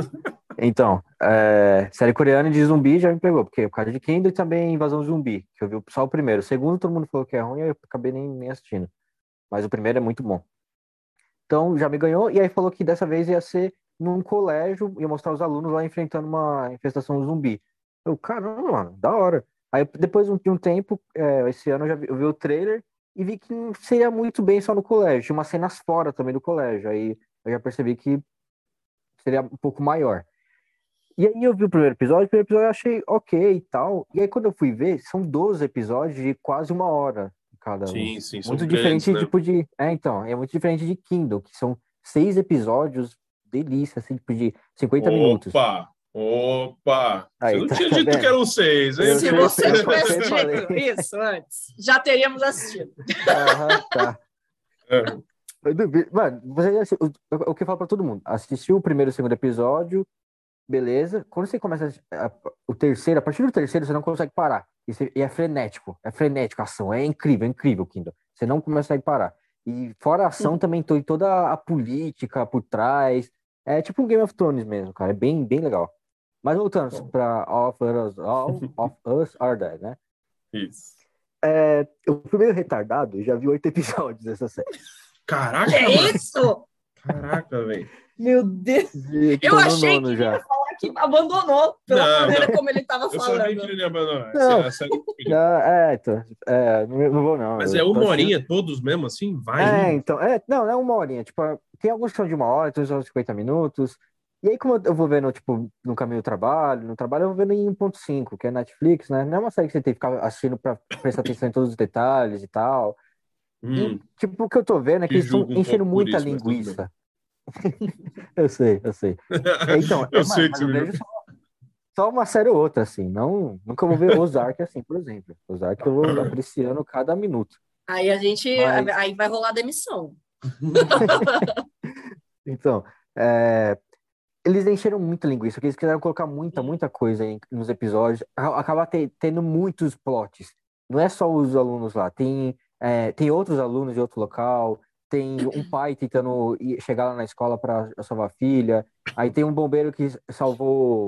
Então, é, série coreana de zumbi já me pegou, porque por causa de Kingdom e também Invasão Zumbi, que eu vi só o primeiro. O segundo todo mundo falou que é ruim, eu acabei nem, nem assistindo. Mas o primeiro é muito bom. Então, já me ganhou, e aí falou que dessa vez ia ser num colégio, ia mostrar os alunos lá enfrentando uma infestação zumbi. Eu, caramba, mano, da hora. Aí depois de um tempo, é, esse ano eu já vi, eu vi o trailer e vi que não seria muito bem só no colégio. Tinha umas cenas fora também do colégio. Aí eu já percebi que seria um pouco maior. E aí eu vi o primeiro episódio, o primeiro episódio eu achei ok e tal. E aí quando eu fui ver, são doze episódios de quase uma hora cada um.
Sim, sim, são
Muito
grandes,
diferente,
né?
tipo, de... É, então, é muito diferente de Kindle, que são seis episódios, delícia, assim, tipo, de cinquenta minutos.
Opa! Opa! Você
Aí,
não
tá
tinha dito
vendo?
que eram seis, hein?
Eu
Se
sei,
você
eu
tivesse
sempre falei.
dito isso antes, já teríamos assistido.
Aham, tá.
É.
Eu duvido. Mano, você, assim, o, o que eu falo pra todo mundo, assistiu o primeiro e o segundo episódio, beleza. Quando você começa a- a- o terceiro, a partir do terceiro, você não consegue parar. E, você- e é frenético, é frenético a ação, é incrível, é incrível, Kindle. Você não consegue parar. E fora a ação,
Uhum.
também tem toda a política por trás. É tipo um Game of Thrones mesmo, cara. É bem, bem legal. Mas voltando
Bom.
pra All of Us, All of Us Are Dead, né?
Isso.
É, eu fui meio retardado e já vi oito episódios dessa série.
Caraca,
Que
mano.
isso?
Caraca, velho.
Meu Deus.
E
Eu
tô no
achei
nono
que
já.
ia falar que abandonou pela
Não,
maneira
não.
como ele estava
Eu sabia que
falando.
ele ia abandonar.
Não.
Essa- essa-
Já, é, então, é, não, não vou não.
Mas
Eu
é
tô
uma
assistindo-
horinha todos mesmo, assim? Vai
É,
indo.
então, é, não, não é uma horinha, tipo, tem alguns que são de uma hora, outros são cinquenta minutos, e aí como eu vou vendo, tipo, no caminho do trabalho, no trabalho eu vou vendo em um ponto cinco, que é Netflix, né, não é uma série que você tem que ficar assistindo pra prestar atenção em todos os detalhes e tal,
Hum,
e, tipo, o que eu tô vendo é que
te
eles estão
julgo um
enchendo
pouco por
muita
isso, mas tudo bem.
linguiça. Eu sei, eu sei. É, então,
eu
é,
sei
mas,
que
mas
você
eu
me
vejo
julga.
só, só uma série ou outra, assim, não, nunca vou ver Ozark assim, por exemplo. Ozark eu vou apreciando cada minuto.
Aí a gente.
Mas-
Aí vai rolar demissão.
Então, é, eles encheram muita linguiça, porque eles quiseram colocar muita, muita coisa em- nos episódios. A- Acaba te- tendo muitos plots. Não é só os alunos lá, tem, é, tem outros alunos de outro local, tem um pai tentando ir- chegar lá na escola para salvar a filha, aí tem um bombeiro que salvou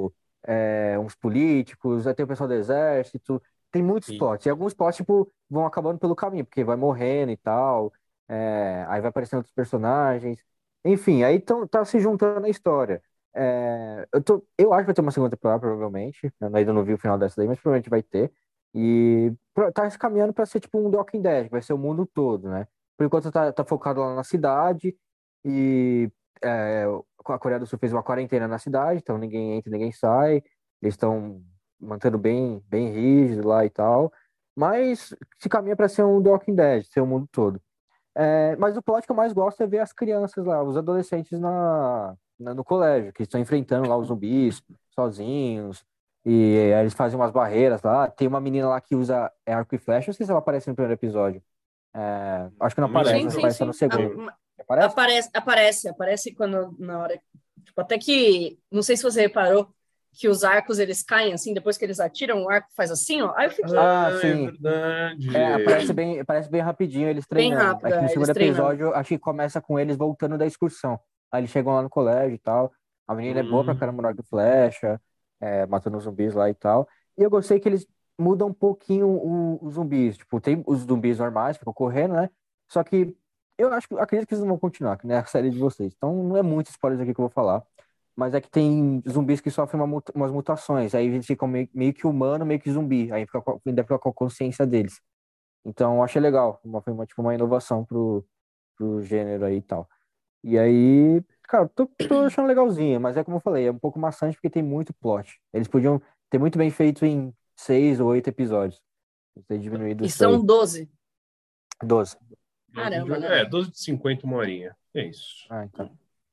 é, uns políticos, aí tem o pessoal do exército, tem muitos
Sim.
plots. E alguns plots, tipo, vão acabando pelo caminho, porque vai morrendo e tal, é, aí vai aparecendo outros personagens. Enfim, aí tão, tá se juntando a história. É, eu, tô, eu acho que vai ter uma segunda temporada, provavelmente. Eu ainda não vi o final dessa daí, mas provavelmente vai ter. E pro- tá se caminhando pra ser tipo um The Walking Dead, que vai ser o mundo todo, né? Por enquanto tá, tá focado lá na cidade e é, a Coreia do Sul fez uma quarentena na cidade, então ninguém entra, ninguém sai. Eles estão mantendo bem, bem rígido lá e tal. Mas se caminha para ser um The Walking Dead, ser o mundo todo. É, mas o plot que eu mais gosto é ver as crianças lá, os adolescentes na, na- no colégio, que estão enfrentando lá os zumbis sozinhos. E aí eles fazem umas barreiras lá. Tem uma menina lá que usa arco e flecha. Não sei se ela aparece no primeiro episódio. É, acho que não
Não me
aparece,
Sim,
lembro,
mas
sim,
não.
aparece só no
sim.
Não
A-
segundo.
lembro.
Aparece?
Aparece, aparece, aparece quando na hora. Tipo, até que. Não sei se você reparou que os arcos eles caem assim, depois que eles atiram, o arco faz assim, ó. Aí eu fiquei
Ah,
Ah, é
sim. É, aparece
verdade.
bem, aparece bem rapidinho eles
bem
treinando.
rápido,
Aqui no
é, eles
segundo
treinando.
episódio, acho que começa com eles voltando da excursão. Aí eles chegam lá no colégio e tal. A menina é boa pra caramba no
Hum,
arco e flecha, é, matando os zumbis lá e tal. E eu gostei que eles mudam um pouquinho o- os zumbis. Tipo, tem os zumbis normais que ficam correndo, né? Só que eu acho que acredito que eles não vão continuar, que nem a série de vocês. Então não é muito spoilers aqui que eu vou falar. Mas é que tem zumbis que sofrem uma muta- umas mutações. Aí eles ficam meio, meio que humano, meio que zumbi. Aí fica, com- ainda fica com a consciência deles. Então, eu achei legal. Uma, foi uma, tipo, uma inovação pro, pro gênero aí e tal. E aí, cara, tô, tô achando legalzinho, mas é como eu falei, é um pouco maçante porque tem muito plot. Eles podiam ter muito bem feito em seis ou oito episódios. Ter diminuído
E
isso daí.
são doze.
Doze.
doze de,
Caramba,
é,
né?
doze de cinquenta, uma horinha. É isso.
Ah, então.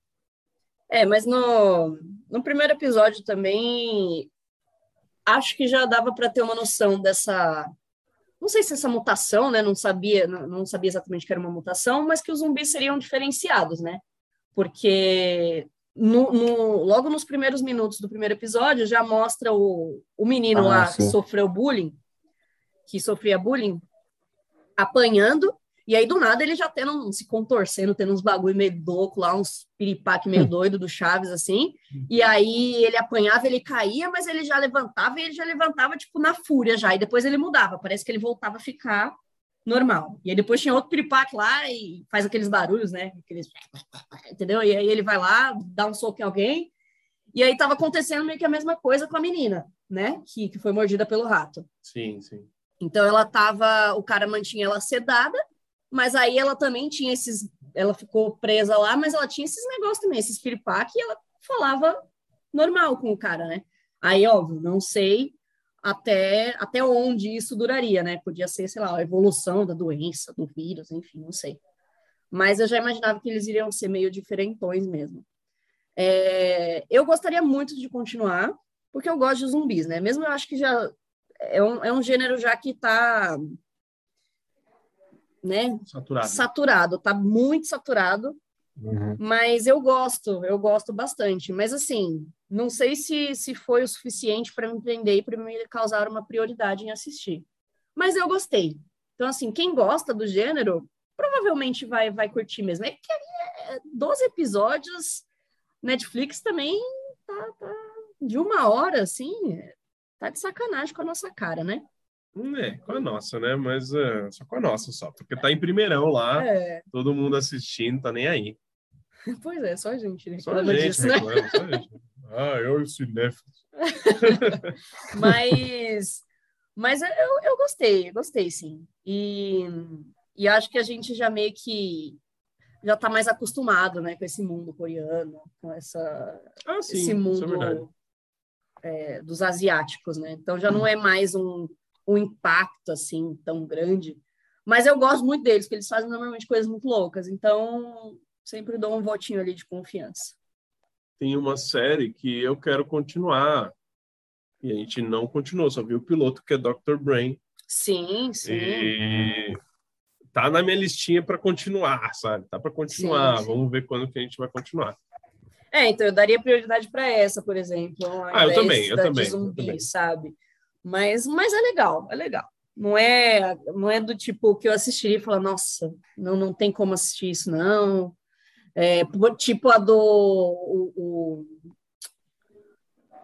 É, mas no, no primeiro episódio também acho que já dava para ter uma noção dessa. Não sei se essa mutação, né? Não sabia, não, não sabia exatamente que era uma mutação, mas que os zumbis seriam diferenciados, né? Porque no, no- logo nos primeiros minutos do primeiro episódio já mostra o, o menino
Ah,
lá que
sim.
sofreu bullying, que sofria bullying, apanhando, e aí do nada ele já tendo, um- se contorcendo, tendo uns bagulho meio louco lá, uns piripaque meio doido do Chaves, assim, e aí ele apanhava, ele caía, mas ele já levantava, e ele já levantava, tipo, na fúria já, e depois ele mudava, parece que ele voltava a ficar normal. E aí depois tinha outro piripaque lá e faz aqueles barulhos, né, aqueles... entendeu? E aí ele vai lá, dá um soco em alguém, e aí tava acontecendo meio que a mesma coisa com a menina, né, que, que foi mordida pelo rato.
Sim, sim.
Então ela tava, o cara mantinha ela sedada, mas aí ela também tinha esses, ela ficou presa lá, mas ela tinha esses negócios também, esses piripaque, e ela falava normal com o cara, né? Aí, óbvio, não sei até, até onde isso duraria, né? Podia ser, sei lá, a evolução da doença, do vírus, enfim, não sei. Mas eu já imaginava que eles iriam ser meio diferentões mesmo. É, eu gostaria muito de continuar, porque eu gosto de zumbis, né? Mesmo eu acho que já é um, é um gênero já que está, né,
Saturado.
saturado, tá muito saturado,
Uhum.
mas eu gosto, eu gosto bastante. Mas assim, não sei se, se foi o suficiente para me prender e para me causar uma prioridade em assistir. Mas eu gostei. Então, assim, quem gosta do gênero provavelmente vai, vai curtir mesmo. É que é doze episódios, Netflix também tá, tá de uma hora, assim, tá de sacanagem com a nossa cara, né?
Hum, É, com a nossa, né? Mas é, só com a nossa só. Porque tá em primeirão lá,
É,
todo mundo assistindo, tá nem aí.
pois é, só a gente
Só a
reclama
gente
disso, né?
reclama, só a gente. Ah, eu e o cinéfilo.
Mas, mas eu, eu gostei, gostei sim. E, e acho que a gente já meio que já está mais acostumado, né, com esse mundo coreano, com essa,
Ah,
esse
sim, isso é verdade.
mundo é, dos asiáticos, né? Então já não é mais um, um impacto assim tão grande. Mas eu gosto muito deles, porque eles fazem normalmente coisas muito loucas. Então sempre dou um votinho ali de confiança.
Tem uma série que eu quero continuar. E a gente não continuou, só viu o piloto, que é doutor Brain.
Sim, sim,
E tá na minha listinha para continuar, sabe? Tá para
sim,
continuar.
sim.
Vamos ver quando que a gente vai continuar.
É, então eu daria prioridade para essa, por exemplo, ao
Ah, eu também,
invés
eu
da de
também, eu
zumbi,
também.
sabe? Mas, mas é legal, é legal. Não é, não é do tipo que eu assistiria e falar, nossa, não, não tem como assistir isso, não. É, tipo a do o, o-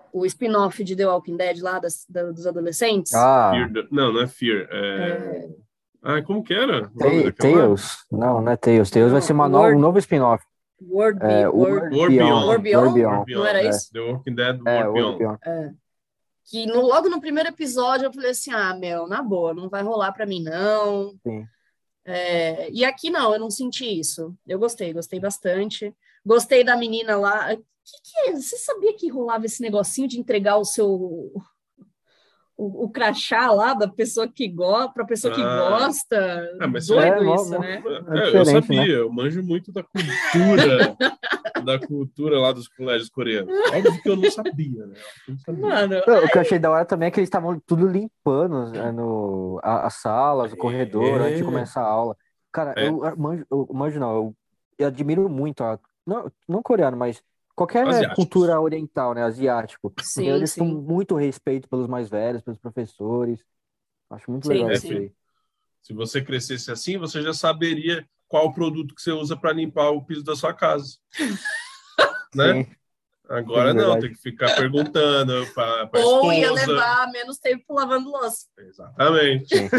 o spin-off de The Walking Dead lá das, da- dos adolescentes.
Ah,
Fear the- Não, não é Fear. É... Ah, como que era? O nome
Ta-
daquela lá?
Tales? Não, não é Tales. Tales vai
Não,
ser uma nova, um
Word,
novo spin-off.
Word, Be-
É,
Word,
World
War
Beyond.
Word
Beyond.
World
Beyond?
War
Beyond.
Não era
Beyond.
É,
isso?
The Walking Dead,
é,
War
World
Beyond.
Beyond.
Que no, logo no primeiro episódio eu falei assim, ah, meu, na boa, não vai rolar pra mim, não.
Sim.
É, e aqui não, eu não senti isso. Eu gostei, gostei bastante. Gostei da menina lá. Que que é? Você sabia que rolava esse negocinho de entregar o seu o, o crachá lá da pessoa que gosta para pessoa que
Ah,
gosta?
ah, mas
Doido
É, mó-
isso,
mó-
né?
é
é, eu
diferente, né?
sabia, eu manjo muito da cultura, da cultura lá dos colégios coreanos. Óbvio que eu não sabia, né? Eu não sabia.
Mano,
Não, o que eu achei da hora também é que eles estavam tudo limpando é, no, a- as salas, o corredor, antes de
É,
começar a aula. Cara,
é,
eu manjo, eu manjo não, eu, eu admiro muito, a, não, não coreano, mas qualquer
asiáticos.
cultura oriental, né, asiático, porque
sim,
eles têm
sim,
muito respeito pelos mais velhos, pelos professores. Acho muito
sim,
legal
É,
isso
sim.
aí.
se você crescesse assim, você já saberia qual o produto que você usa para limpar o piso da sua casa, né?
Sim,
Agora
sim,
não, tem
verdade.
que ficar perguntando para a
Ou ia
esposa.
levar menos tempo lavando louça.
Exatamente.
Sim,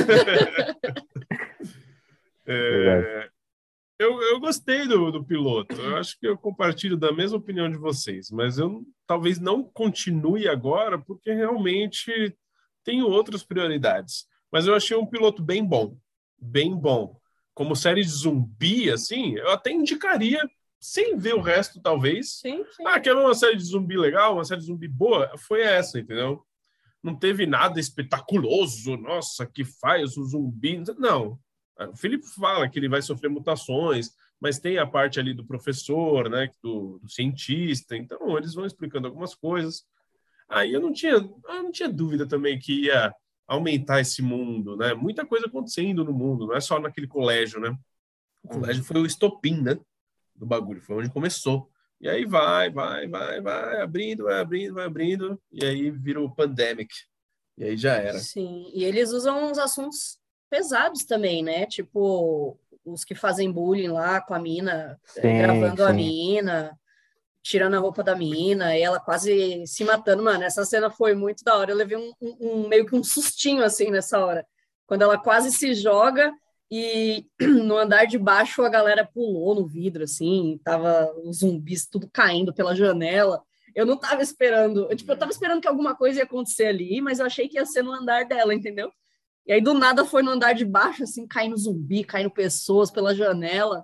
verdade.
É, eu, eu gostei do, do piloto. Eu acho que eu compartilho da mesma opinião de vocês, mas eu talvez não continue agora porque realmente tenho outras prioridades. Mas eu achei um piloto bem bom, bem bom. Como série de zumbi, assim, eu até indicaria, sem ver o resto, talvez.
Sim, sim.
Ah, quer ver uma série de zumbi legal, uma série de zumbi boa? Foi essa, entendeu? Não teve nada espetaculoso, nossa, que faz o zumbi. Não. O Felipe fala que ele vai sofrer mutações, mas tem a parte ali do professor, né, do, do cientista, então eles vão explicando algumas coisas. Aí eu não tinha, eu não tinha dúvida também que ia aumentar esse mundo, né? Muita coisa acontecendo no mundo, não é só naquele colégio, né? O
Uhum.
colégio foi o estopim, né, do bagulho, foi onde começou. E aí vai, vai, vai, vai, abrindo, vai abrindo, vai abrindo, e aí vira o pandemic. E aí já era.
Sim, e eles usam uns assuntos pesados também, né? Tipo, os que fazem bullying lá com a mina, eh,
Sim,
gravando a
sim.
mina, tirando a roupa da mina, e ela quase se matando. Mano, essa cena foi muito da hora. Eu levei um, um- um- meio que um sustinho, assim, nessa hora. Quando ela quase se joga e no andar de baixo a galera pulou no vidro, assim, tava os zumbis tudo caindo pela janela. Eu não tava esperando, eu, tipo, eu tava esperando que alguma coisa ia acontecer ali, mas eu achei que ia ser no andar dela, entendeu? E aí, do nada, foi no andar de baixo, assim, caindo zumbi, caindo pessoas pela janela.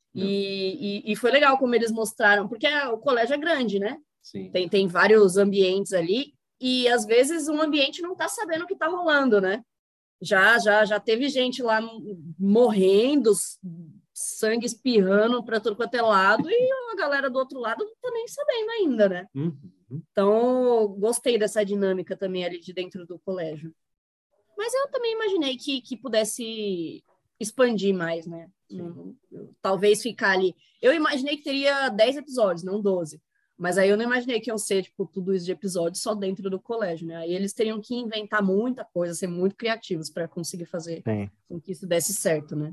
E, e, e foi legal como eles mostraram, porque o colégio é grande, né?
Sim.
Tem, tem vários ambientes ali, e às vezes um ambiente não tá sabendo o que tá rolando, né? Já, já, já teve gente lá morrendo, sangue espirrando para todo quanto é lado, e a galera do outro lado não tá nem sabendo ainda, né?
Uhum.
Então, gostei dessa dinâmica também ali de dentro do colégio. Mas eu também imaginei que, que pudesse expandir mais, né? Não- eu- talvez ficar ali. Eu imaginei que teria dez episódios, não doze. Mas aí eu não imaginei que iam ser, tipo, tudo isso de episódios só dentro do colégio, né? Aí eles teriam que inventar muita coisa, ser muito criativos para conseguir fazer
Sim.
com que isso desse certo, né?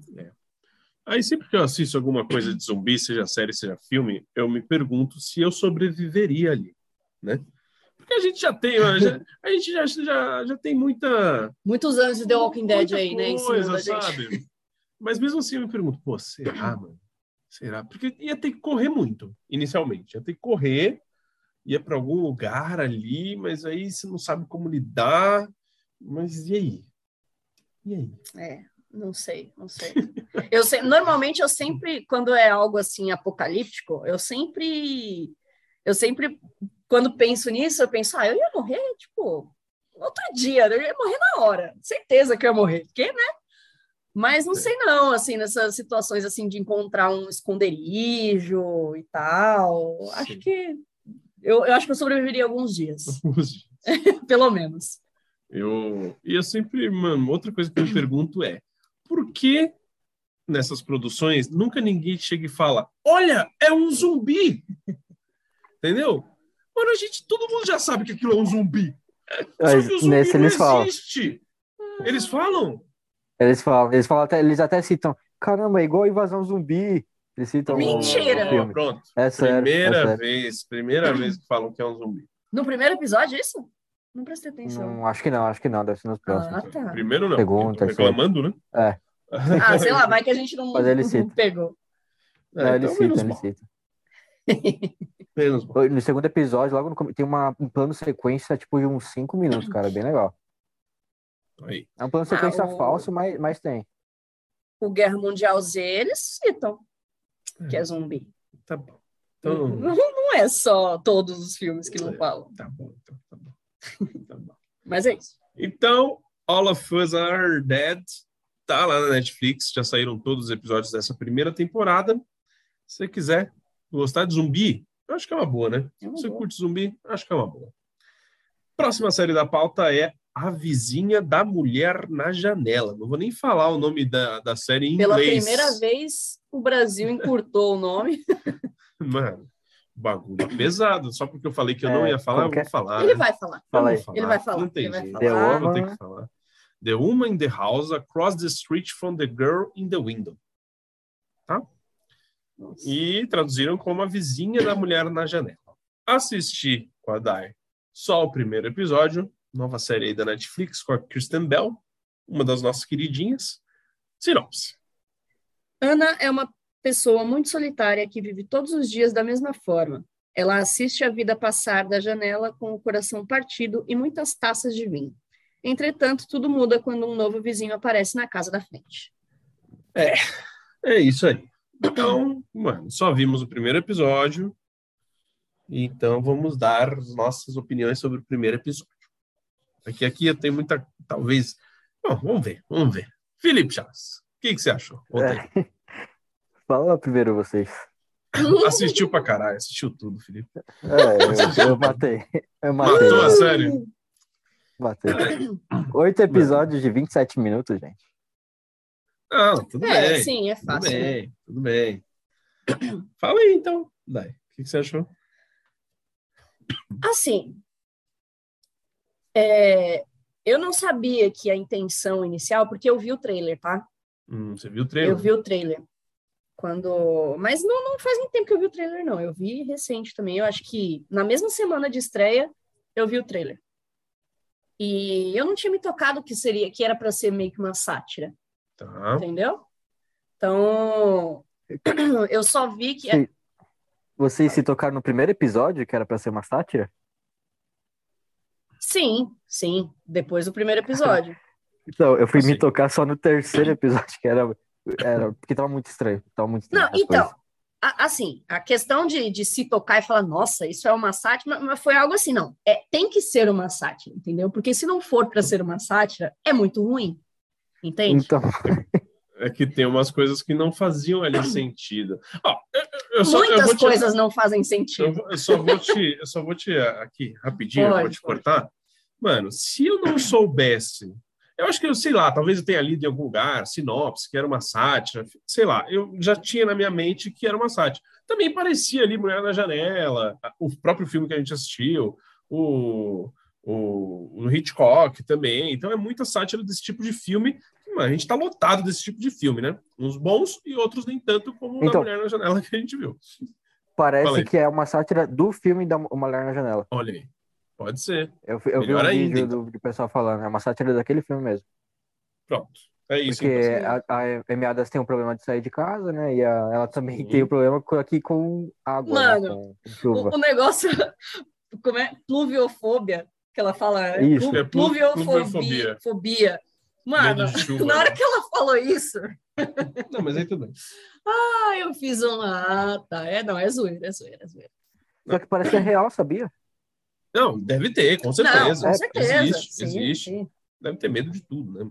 Aí sempre que eu assisto alguma coisa de zumbi, seja série, seja filme, eu me pergunto se eu sobreviveria ali, né? Porque a gente já tem, a gente, a gente já, já, já tem muita,
Muitos anos de The Walking Dead
muita
aí, né?
coisa,
Ensinando a gente.
sabe? Mas mesmo assim eu me pergunto, pô, será, mano? Será? Porque ia ter que correr muito, inicialmente. Ia ter que correr, ia para algum lugar ali, mas aí você não sabe como lidar. Mas e aí? E aí?
É, não sei, não sei. Eu sei, normalmente eu sempre, quando é algo assim apocalíptico, eu sempre, eu sempre, quando penso nisso, eu penso, ah, eu ia morrer, tipo, outro dia, eu ia morrer na hora, certeza que eu ia morrer, porque, né? Mas não sei não, assim, nessas situações assim de encontrar um esconderijo e tal, acho
Sim.
que eu, eu acho que eu sobreviveria alguns dias, pelo menos.
Eu, e eu sempre, mano, outra coisa que eu me pergunto é, por que nessas produções nunca ninguém chega e fala, olha, é um zumbi? Entendeu? Mano, a gente, todo mundo já sabe que aquilo é um zumbi. Só
Mas
que o zumbi
nesse
não
eles falam.
existe. Eles falam?
Eles falam, eles falam até, eles até citam, caramba, é igual a invasão zumbi. Eles citam no,
Mentira!
no filme.
Pronto.
É sério, é
Primeira
sério.
vez, primeira vez que falam que é um zumbi.
No primeiro episódio, isso? Não prestei atenção.
Não, acho que não, acho que não, deve ser nos próximos.
Ah, tá.
Primeiro não,
Segundo,
porque eu tô
terceiro.
reclamando, né?
É.
Ah, sei lá, vai que a gente não,
Mas ele
não
cita.
pegou.
É,
Não, ele
então,
cita,
menos
ele
mal.
cita.
Menos mal.
No segundo episódio, logo no começo, tem uma, um plano sequência, tipo, de uns cinco minutos, cara, bem legal.
Aí.
É um plano sequência
Ah, o-
falso, mas, mas tem.
O Guerra Mundial Z, eles citam que é zumbi.
Tá bom.
Não,
Então,
não é só todos os filmes que não
É.
falam.
tá bom, então, tá bom. Tá bom.
Mas é isso.
Então, All of Us Are Dead tá lá na Netflix, já saíram todos os episódios dessa primeira temporada. Se você quiser gostar de zumbi, eu acho que é uma boa, né?
É uma
Se você
boa.
curte zumbi, acho que é uma boa. Próxima série da pauta é A Vizinha da Mulher na Janela. Não vou nem falar o nome da, da série em
Pela
inglês.
primeira vez, o Brasil encurtou o nome.
Mano, bagulho pesado. Só porque eu falei que eu
É,
não ia falar, eu
como que
vou
é?
falar.
Ele
né?
vai falar.
Eu
Fala
vou
aí.
falar.
Ele vai falar.
Não tem
Ele vai
jeito.
falar.
The
Eu vou ter
Woman.
que falar. The Woman in the House Across the Street from the Girl in the Window. Tá?
Nossa.
E traduziram como A Vizinha da Mulher na Janela. Assisti com a Dai só o primeiro episódio. Nova série aí da Netflix com a Kristen Bell, uma das nossas queridinhas. Sinopse.
Ana é uma pessoa muito solitária que vive todos os dias da mesma forma. Ela assiste a vida passar da janela com o coração partido e muitas taças de vinho. Entretanto, tudo muda quando um novo vizinho aparece na casa da frente.
É isso aí. Então, mano, só vimos o primeiro episódio. Então, vamos dar as nossas opiniões sobre o primeiro episódio. Aqui, aqui eu tenho muita... Talvez... Bom, vamos ver, vamos ver. Felipe Chaves, o que, que você achou? Ontem.
É. Fala primeiro vocês.
Assistiu pra caralho, assistiu tudo, Felipe.
É, eu, eu matei. Eu matei.
Matou a série?
Matei. Oito episódios de vinte e sete minutos, gente.
Não, tudo
É,
bem.
sim, é
Tudo
fácil. né?
bem, tudo bem. Fala aí, então, Dai. O que, que você achou?
Assim, é, eu não sabia que a intenção inicial, porque eu vi o trailer, tá?
Hum, você viu o trailer?
Eu vi o trailer. Quando... Mas não, não faz muito tempo que eu vi o trailer, não. Eu vi recente também. Eu acho que na mesma semana de estreia, eu vi o trailer. E eu não tinha me tocado que seria, que era para ser meio que uma sátira,
Tá.
entendeu? Então, eu só vi que...
Sim. Vocês se tocaram no primeiro episódio, que era pra ser uma sátira?
Sim, sim. Depois do primeiro episódio.
Então, eu fui
Assim.
me tocar só no terceiro episódio, que era, era porque tava muito estranho. Tava muito estranho
Não,
as
então,
coisas.
a- assim, a questão de, de se tocar e falar, nossa, isso é uma sátira, mas, mas foi algo assim, não. É, tem que ser uma sátira, entendeu? Porque se não for para ser uma sátira, é muito ruim. Entende?
Então,
É que tem umas coisas que não faziam ali sentido. Ó, eu, eu só, eu
Muitas
vou te-
coisas não fazem
Eu,
sentido.
vou- eu só vou te, eu só vou te aqui rapidinho, eu
Pode,
vou te
pode.
cortar. Mano, se eu não soubesse, eu acho que eu sei lá, talvez eu tenha lido em algum lugar, sinopse, que era uma sátira, sei lá, eu já tinha na minha mente que era uma sátira. Também parecia ali Mulher na Janela, o próprio filme que a gente assistiu, o, o, o Hitchcock também. Então é muita sátira desse tipo de filme. Mano, a gente tá lotado desse tipo de filme, né? Uns bons e outros nem tanto como o da
Então.
Mulher na Janela que a gente viu.
parece
Fala aí.
que é uma sátira do filme da Mulher na Janela.
Olha aí. Pode ser.
Eu, eu vi
Melhor
um
ainda,
vídeo
então.
do, do pessoal falando, é uma sátira daquele filme mesmo.
Pronto. É isso,
Porque
então.
a, a Amy Adams tem um problema de sair de casa, né? E a- ela também
Sim.
tem um problema com- aqui com água,
Mano,
né? Com, com chuva.
O, o negócio, como é? Pluviofobia, que ela fala.
Isso.
Plu-
É plu-
Pluviofobia.
pluviofobia.
Fobia. Mano,
Medo de chuva,
na hora
né?
que ela falou isso,
Não, mas aí tudo bem.
ah, eu fiz um. Ah, tá. É, não, é zoeira, é zoeira, é zoeira.
Só que parece que é real, sabia?
Não, deve ter, com
Não,
certeza.
com
É,
certeza.
Existe,
sim,
existe.
sim.
Deve ter medo de tudo, né?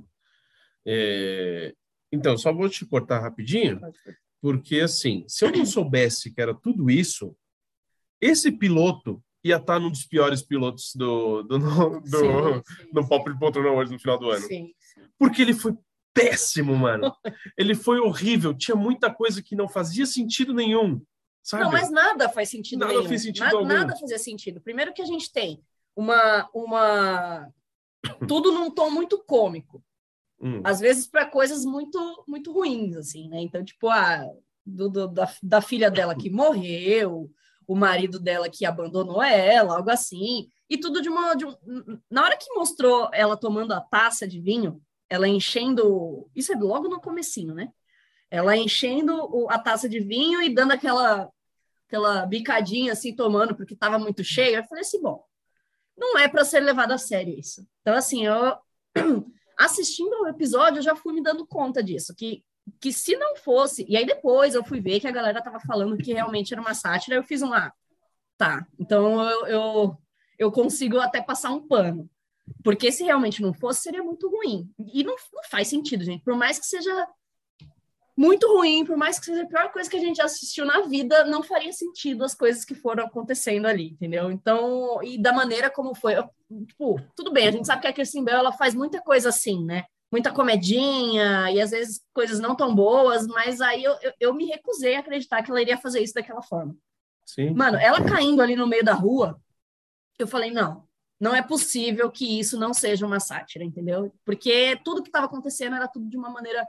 É, Então, só vou te cortar rapidinho, porque assim, se eu não soubesse que era tudo isso, esse piloto ia estar num dos piores pilotos do, do, do, do,
Sim, sim,
do Papo de Poltrona hoje, no final do ano.
sim, sim.
Porque ele foi péssimo, mano. Ele foi horrível. Tinha muita coisa que não fazia sentido nenhum. Sabe?
Não, mas nada faz sentido
Nada
nenhum.
fez sentido
Na-
algum.
Nada fazia sentido. Primeiro que a gente tem uma... uma... tudo num tom muito cômico.
Hum.
Às vezes para coisas muito muito ruins, assim, né? Então, tipo, a, do, do- da, da filha dela que morreu, o marido dela que abandonou ela, algo assim. E tudo de uma... De um... Na hora que mostrou ela tomando a taça de vinho, ela enchendo... Isso é logo no comecinho, né? Ela enchendo o... a taça de vinho e dando aquela, aquela bicadinha assim, tomando, porque estava muito cheio. Eu falei assim, bom, não é para ser levado a sério isso. Então, assim, eu... assistindo o episódio, eu já fui me dando conta disso, que, que se não fosse... E aí depois eu fui ver que a galera tava falando que realmente era uma sátira, eu fiz um... Ah, tá, então eu, eu, eu consigo até passar um pano. Porque se realmente não fosse, seria muito ruim. E não, não faz sentido, gente. Por mais que seja muito ruim, por mais que seja a pior coisa que a gente assistiu na vida, não faria sentido as coisas que foram acontecendo ali, entendeu? Então, e da maneira como foi... Eu, tipo, tudo bem, a gente sabe que a Kristen Bell, ela faz muita coisa assim, né? Muita comedinha, e às vezes coisas não tão boas, mas aí eu, eu, eu me recusei a acreditar que ela iria fazer isso daquela forma.
Sim.
Mano, ela caindo ali no meio da rua, eu falei, não, não é possível que isso não seja uma sátira, entendeu? Porque tudo que estava acontecendo era tudo de uma maneira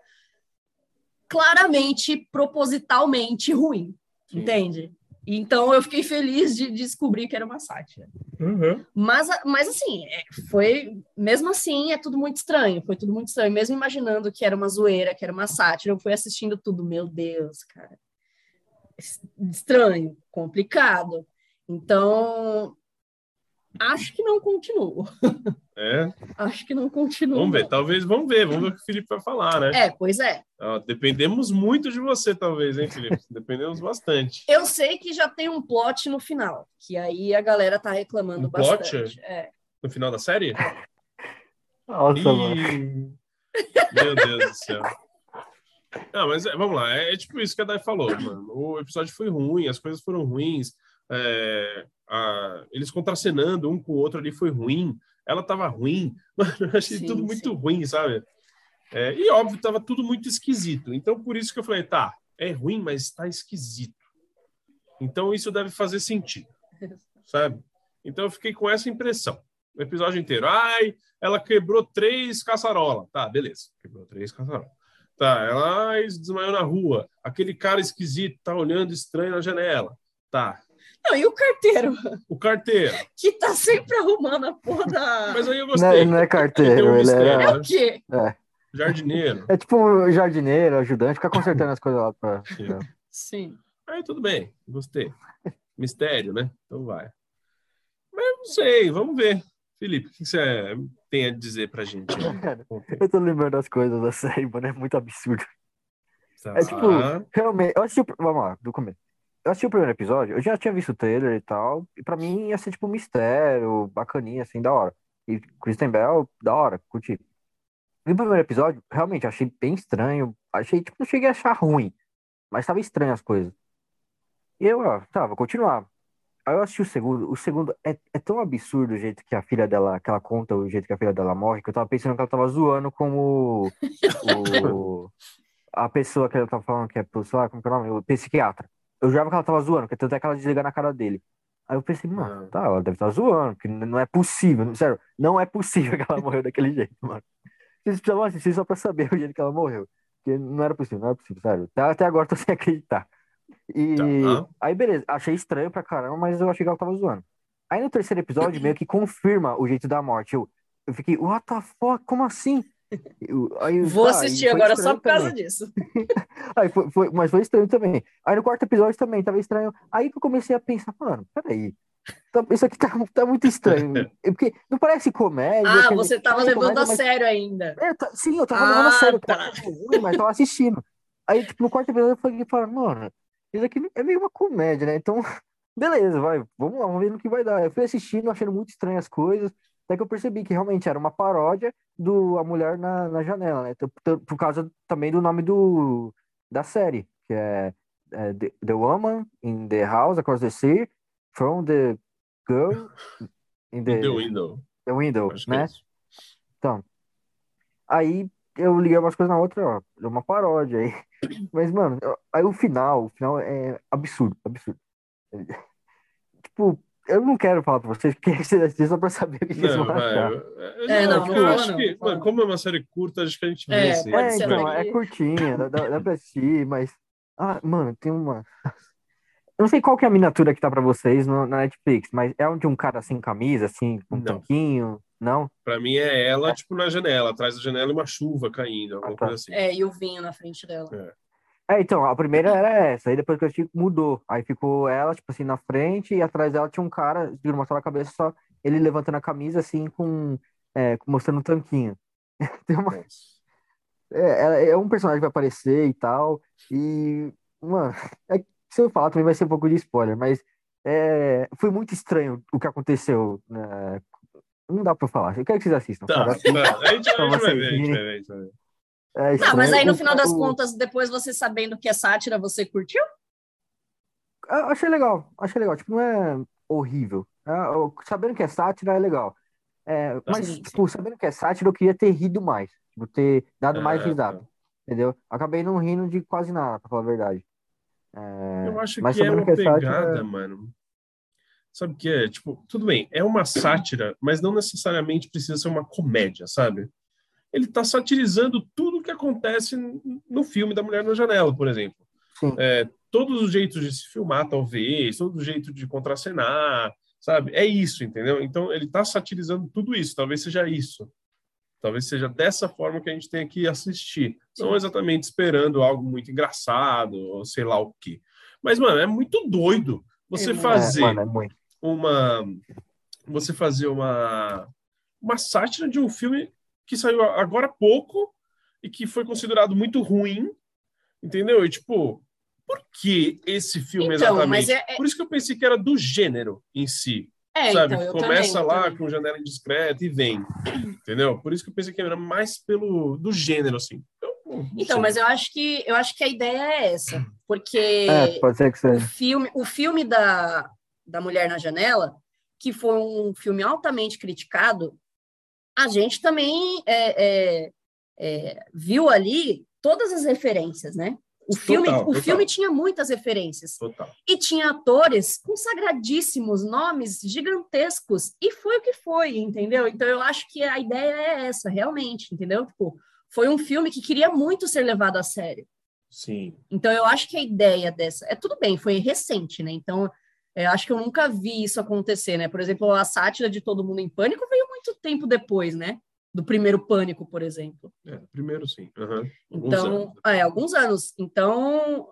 claramente, propositalmente ruim, Sim. entende? Então eu fiquei feliz de descobrir que era uma sátira.
Uhum.
Mas, mas assim, foi, mesmo assim, é tudo muito estranho, foi tudo muito estranho, mesmo imaginando que era uma zoeira, que era uma sátira, eu fui assistindo tudo, meu Deus, cara, estranho, complicado. Então, acho que não continuo.
É?
Acho que não continuo.
Vamos ver,
não.
talvez, vamos ver, vamos ver o que o Felipe vai falar, né?
É, pois é.
Ó, dependemos muito de você, talvez, hein, Felipe? Dependemos bastante.
Eu sei que já tem um plot no final, que aí a galera tá reclamando
um plot?
bastante. É.
No final da série?
Nossa,
Ih,
mano.
Meu Deus do céu. Não, mas é, vamos lá, é, é tipo isso que a Dai falou, mano. O episódio foi ruim, as coisas foram ruins, é, a, eles contracenando um com o outro ali foi ruim, ela tava ruim, mano, eu achei
Sim,
tudo muito
sim.
ruim, sabe? É, e óbvio, tava tudo muito esquisito. Então, por isso que eu falei, tá, é ruim, mas tá esquisito. Então, isso deve fazer sentido, sabe? Então, eu fiquei com essa impressão. O episódio inteiro. Ai, ela quebrou três caçarolas. Tá, beleza. Quebrou três caçarolas. Tá, ela ai, desmaiou na rua. Aquele cara esquisito tá olhando estranho na janela. Tá.
Não, e o carteiro?
O carteiro.
Que tá sempre arrumando a porra da...
Mas aí eu
Não,
gostei.
é- não é carteiro,
Tem um
ele
mistério,
era.
É o quê?
É,
Jardineiro.
é tipo um jardineiro, ajudante, fica consertando as coisas lá pra. pra-
Sim.
Aí tudo bem, gostei. Mistério, né? Então vai. Mas não sei, vamos ver. Felipe, o que você tem a dizer pra gente?
Cara, eu tô lembrando das coisas da série, mano, é muito absurdo.
Tá.
É tipo, realmente, eu assisti o, vamos lá, do começo. Eu assisti o primeiro episódio, eu já tinha visto o trailer e tal, e pra mim ia ser tipo um mistério, bacaninha, assim, da hora. E Kristen Bell, da hora, curti. Vi o primeiro episódio, realmente, eu achei bem estranho, achei, tipo, não cheguei a achar ruim, mas tava estranho as coisas. E eu, ó, tá, vou continuar. Aí eu assisti o segundo, o segundo é, é tão absurdo o jeito que a filha dela, que ela conta o jeito que a filha dela morre, que eu tava pensando que ela tava zoando como o, a pessoa que ela tava falando que é, sei lá, como que é o nome? O psiquiatra. Eu jurava que ela tava zoando, porque tanto é que ela desliga na cara dele. Aí eu pensei, mano,
Não.
tá, ela deve estar zoando, porque n- não é possível, sério, não é possível que ela morreu daquele jeito, mano. Vocês precisavam assistir só pra saber o jeito que ela morreu. Porque não era possível, não era possível, sério. Até, até agora eu tô sem acreditar. E
Tá.
aí, beleza, achei estranho pra caramba, mas eu achei que ela tava zoando. Aí no terceiro episódio, meio que confirma o jeito da morte. Eu, eu fiquei, what the fuck, como assim? Eu- aí,
Vou
tá,
assistir
e foi
agora só
estranho
por causa
também.
disso.
Aí foi, foi- mas foi estranho também. Aí no quarto episódio também tava estranho. Aí que eu comecei a pensar, mano, peraí. tá- Isso aqui tá, tá muito estranho. É porque não parece comédia.
Ah,
quer dizer,
você tava
parece
levando
comédia,
a
mas
sério ainda.
é, tá- sim, eu tava levando a
Ah,
sério, eu tava
tá.
achando ruim, mas tava assistindo. Aí, tipo, no quarto episódio eu falei, falei, mano, isso aqui é meio uma comédia, né? Então, beleza, vai, vamos lá, vamos ver no que vai dar. Eu fui assistindo, achando muito estranho as coisas, até que eu percebi que realmente era uma paródia do A Mulher na, na Janela, né? Então, Por, por causa também do nome do, da série, que é, é the, the Woman in the House Across the Sea, from the Girl in
In the
the,
window.
the Window,
Acho que é
né?
isso.
Então, aí eu liguei umas coisas na outra, ó, deu uma paródia aí. Mas, mano, eu- aí o final, o final é absurdo, absurdo. Tipo, eu não quero falar pra vocês, porque vocês assistem só pra saber o que vocês vão
Não, vai.
achar.
Eu, eu-
É,
não,
não, não
eu
fala
acho
não,
que,
não fala
mano,
não.
como é uma série curta, acho que a gente vê
É,
assim.
pode
É,
ser
então,
até
é
que...
curtinha, dá, dá, dá pra assistir, mas. Ah, mano, tem uma. eu não sei qual que é a miniatura que tá pra vocês no, na Netflix, mas é um de um cara sem camisa, assim, com um
Não.
tanquinho, não?
Pra mim é ela, tipo, na janela, atrás da janela e uma chuva caindo, alguma
Ah, tá.
coisa assim.
É, e o vinho na frente dela.
É.
É, então, a primeira era essa, aí depois que eu assisti, mudou. Aí ficou ela, tipo assim, na frente, e atrás dela tinha um cara, de uma só na cabeça, só ele levantando a camisa, assim, com, é, mostrando um tanquinho. Tem uma,
Nossa.
é, é é um personagem que vai aparecer e tal, e, mano, é, que se eu falar também vai ser um pouco de spoiler, mas é, foi muito estranho o que aconteceu, né? Não dá pra falar, eu quero que vocês assistam,
Tá,
cara, assistam
tá. A gente, a
pra
gente vai
vocês
ver, a gente vai
verem.
ver, a gente vai ver.
É
Não, mas
estranho.
aí no
O-
final das
o-
contas, depois você sabendo que é sátira, você curtiu?
Eu achei legal, achei legal. Tipo, não é horrível. É, eu- sabendo que é sátira é legal. É,
Tá.
mas,
Sim, sim.
tipo, sabendo que é sátira, eu queria ter rido mais. Tipo, ter dado mais
Ah,
risada.
tá.
Entendeu? Acabei não rindo de quase nada, pra falar a verdade.
Eu
É,
acho
mas
que é
sabendo
uma
que é
pegada,
sátira.
mano. Sabe o que é? Tipo, tudo bem, é uma sátira, mas não necessariamente precisa ser uma comédia, sabe? Ele tá satirizando tudo o que acontece no filme da Mulher na Janela, por exemplo.
Sim.
É, todos os jeitos de se filmar, talvez, todos os jeitos de contracenar, sabe? É isso, entendeu? Então, ele tá satirizando tudo isso, talvez seja isso. Talvez seja dessa forma que a gente tenha que assistir. Não
Sim.
exatamente esperando algo muito engraçado, ou sei lá o quê. Mas, mano, é muito doido você
É muito.
É,
fazer
mano, é muito.
uma... Você fazer uma... Uma sátira de um filme que saiu agora há pouco e que foi considerado muito ruim, entendeu? E, tipo, por que esse filme
Então, mas
exatamente?
é, é,
Por isso que eu pensei que era do gênero em si,
é,
sabe?
então,
Que
eu também,
começa
eu
lá
também.
com janela indiscreta e vem, entendeu? Por isso que eu pensei que era mais pelo do gênero, assim. Eu, não
Então,
sei.
mas eu acho que eu acho que a ideia é essa,
É,
porque
pode ser que
o
seja.
filme, o filme da, da Mulher na Janela, que foi um filme altamente criticado, a gente também é, é, é, viu ali todas as referências, né? O filme,
Total,
o
total.
filme tinha muitas referências.
Total.
E tinha atores consagradíssimos, nomes gigantescos, e foi o que foi, entendeu? Então eu acho que a ideia é essa, realmente, entendeu? Tipo, foi um filme que queria muito ser levado a sério.
Sim.
Então eu acho que a ideia dessa... É tudo bem, foi recente, né? Então eu acho que eu nunca vi isso acontecer, né? Por exemplo, a sátira de Todo Mundo em Pânico veio muito tempo depois, né? Do primeiro Pânico, por exemplo.
É, primeiro sim. Uhum.
Então, é, alguns anos. Então,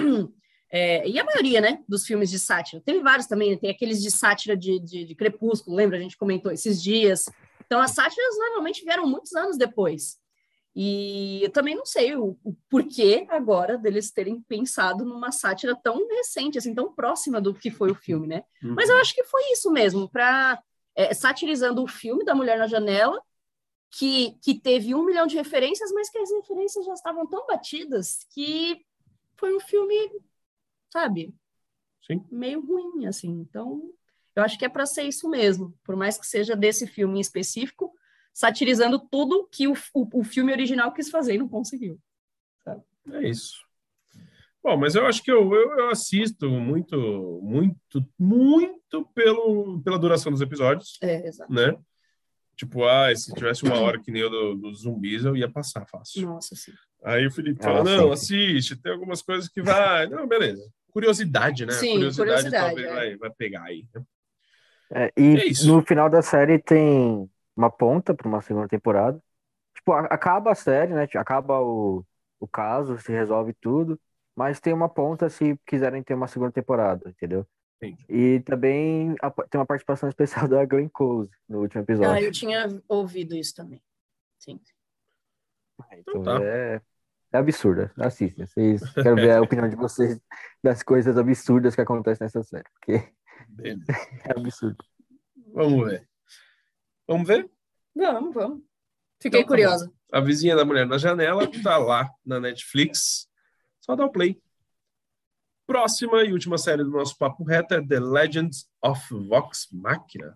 é, e a maioria, né, dos filmes de sátira. Tem vários também, né? Tem aqueles de sátira de, de, de Crepúsculo, lembra? A gente comentou esses dias. Então, as sátiras normalmente vieram muitos anos depois. E eu também não sei o, o porquê agora deles terem pensado numa sátira tão recente, assim, tão próxima do que foi o filme, né?
Uhum.
Mas eu acho que foi isso mesmo, para é, satirizando o filme da Mulher na Janela, que, que teve um milhão de referências, mas que as referências já estavam tão batidas que foi um filme, sabe,
Sim.
meio ruim, assim. Então, eu acho que é para ser isso mesmo, por mais que seja desse filme em específico, satirizando tudo que o, o, o filme original quis fazer e não conseguiu. Sabe?
É isso. Bom, mas eu acho que eu, eu, eu assisto muito, muito, muito pelo, pela duração dos episódios,
É, exato.
né? Tipo, ah, se tivesse uma hora que nem o dos do zumbis, eu ia passar fácil.
Nossa, sim.
Aí o Felipe
Ah,
fala,
sim,
não,
sim.
assiste, tem algumas coisas que vai... Não, beleza. Curiosidade, né?
Sim,
curiosidade,
curiosidade,
talvez
é.
vai, vai pegar aí. Né?
É, e
É isso.
no final da série tem uma ponta para uma segunda temporada. Tipo, a- acaba a série, né? Acaba o, o caso, se resolve tudo, mas tem uma ponta se quiserem ter uma segunda temporada, entendeu?
Entendi.
E também a- tem uma participação especial da Glenn Close no último
Ah,
episódio.
eu tinha ouvido isso também. Sim.
Então
Então
tá.
é, é absurda. Assistem. Vocês quero ver a opinião de vocês das coisas absurdas que acontecem nessa série, porque
Beleza.
é absurdo.
Vamos ver. Vamos ver?
Vamos, vamos. Fiquei
Então, tá bom.
curiosa.
A Vizinha da Mulher na Janela tá lá na Netflix. Só dá o play. Próxima e última série do nosso Papo Reto é The Legends of Vox Machina.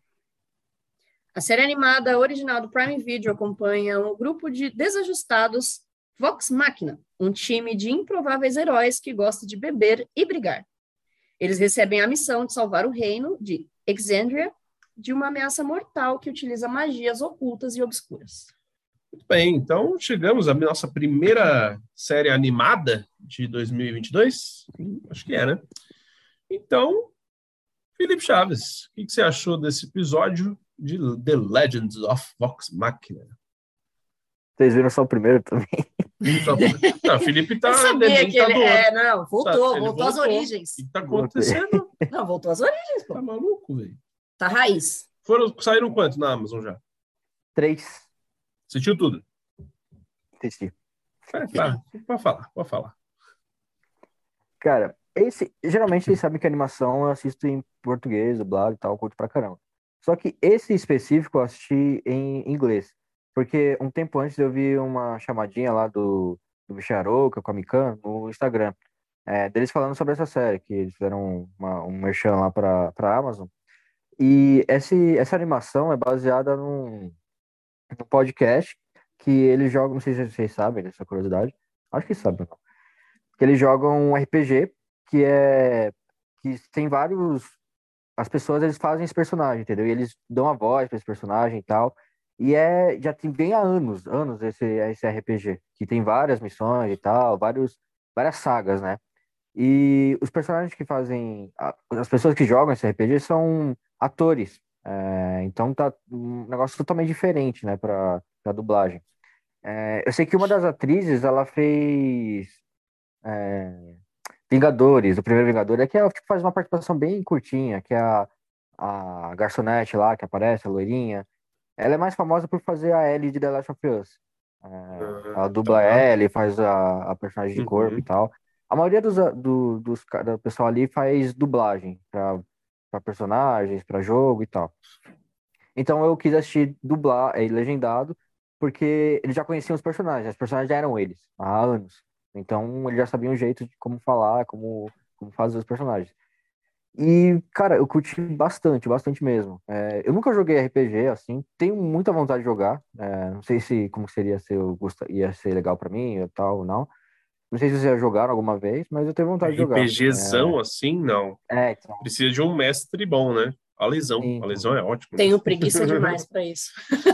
A série animada original do Prime Video acompanha um grupo de desajustados Vox Machina, um time de improváveis heróis que gosta de beber e brigar. Eles recebem a missão de salvar o reino de Exandria de uma ameaça mortal que utiliza magias ocultas e obscuras.
Muito bem, então chegamos à nossa primeira série animada de dois mil e vinte e dois. Acho que é, né? Então, Felipe Chaves, o que, que você achou desse episódio de The Legends of Vox Machina?
Vocês viram só o primeiro também?
Só... Não, o Felipe tá
Eu sabia que ele...
dementador.
É, não, voltou,
Ele
voltou às
voltou.
origens.
O que tá acontecendo?
Não, voltou às origens, pô.
Tá maluco, velho?
Tá raiz.
Foram, saíram quanto na Amazon já?
Três.
Assistiu tudo?
Assisti.
É, tá, pode falar, pode falar.
Cara, esse, geralmente vocês sabem que a animação eu assisto em português, dublado e tal, eu curto pra caramba. Só que esse específico eu assisti em inglês. Porque um tempo antes eu vi uma chamadinha lá do, do Bicharoca com a Mikan no Instagram. É, deles falando sobre essa série, que eles fizeram uma, um merchan lá pra, pra Amazon. E esse, essa animação é baseada num, num podcast que eles jogam, não sei se vocês sabem dessa curiosidade, acho que sabem, não. Que eles jogam um R P G que é que tem vários, as pessoas eles fazem esse personagem, entendeu? E eles dão a voz para esse personagem e tal. E é já tem bem há anos, anos esse esse R P G, que tem várias missões e tal, vários várias sagas, né? E os personagens que fazem, a- as pessoas que jogam esse R P G são atores. É, então tá um negócio totalmente diferente, né, para para dublagem. É, eu sei que uma das atrizes, ela fez é, Vingadores, o primeiro Vingador, é que ela tipo, faz uma participação bem curtinha, que é a, a garçonete lá que aparece, a loirinha. Ela é mais famosa por fazer a Ellie de The Last of Us. É, ela
Ah,
dubla a
tá.
Ellie, faz a, a personagem de corpo e
Uhum.
tal. A maioria dos, do, dos ca- do pessoal ali faz dublagem para personagens, para jogo e tal. Então eu quis assistir dublar, é, legendado, porque eles já conheciam os personagens, os personagens já eram eles há anos. Então eles já sabiam o jeito de como falar, como, como fazer os personagens. E, cara, eu curti bastante, bastante mesmo. É, eu nunca joguei R P G assim, tenho muita vontade de jogar. É, não sei se como seria se eu gosta, ia ser legal pra mim e tal ou não. Não sei se vocês já jogaram alguma vez, mas eu tenho vontade de jogar.
RPGzão assim, não.
É, então,
Precisa de um mestre bom, né? A lesão.
sim,
A
então.
lesão é ótimo. Né?
Tenho preguiça demais pra isso.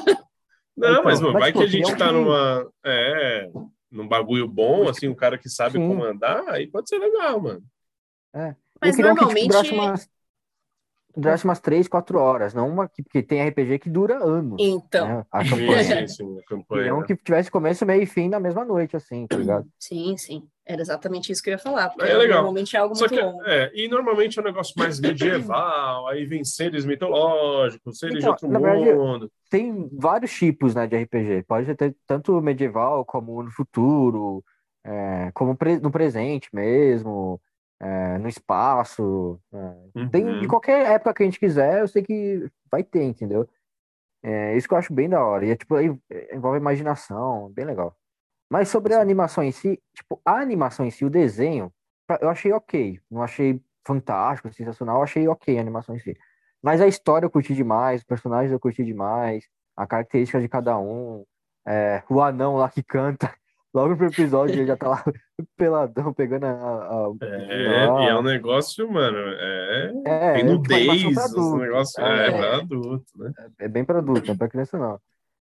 É,
Não, mas
então,
mano,
mas,
vai que
tipo,
a
seria
gente
um
tá
que.
numa. É, num bagulho bom, assim, um cara que sabe
Sim,
comandar, aí pode ser legal, mano.
é. Eu
Mas
queria um que, tipo,
normalmente.
durasse umas,
Pode
durasse
falar.
umas três, quatro horas, não uma que, porque tem R P G que dura anos,
Então.
né? A
Sim,
campanha.
sim, sim, a
Queria um
campanha.
que tivesse começo, meio e fim na mesma noite, assim, tá ligado?
Sim, sim. Era exatamente isso que eu ia falar, porque
É legal.
normalmente é algo
Só
muito
que,
longo.
é, e normalmente é um negócio mais medieval, aí vem seres mitológicos, seres de
Então,
outro
na verdade,
mundo.
tem vários tipos, né, de R P G. Pode ter tanto medieval como no futuro, é, como pre- no presente mesmo, é, no espaço. É. Tem de
Uhum.
qualquer época que a gente quiser, eu sei que vai ter, entendeu? É isso que eu acho bem da hora. E é, tipo, aí, é, envolve imaginação, bem legal. Mas sobre a animação em si, tipo, a animação em si, o desenho, pra- eu achei ok. Não achei fantástico, sensacional, eu achei ok a animação em si. Mas a história eu curti demais, os personagens eu curti demais, a característica de cada um, é, o anão lá que canta, logo pro episódio ele já tá lá peladão, pegando a, a, a menina
É, e é um
lá.
negócio, mano, é, tem
É, é tipo animação pra
nudez, esse
adulto.
negócio é, é
É,
pra adulto, né?
é bem pra adulto, não é pra criança não.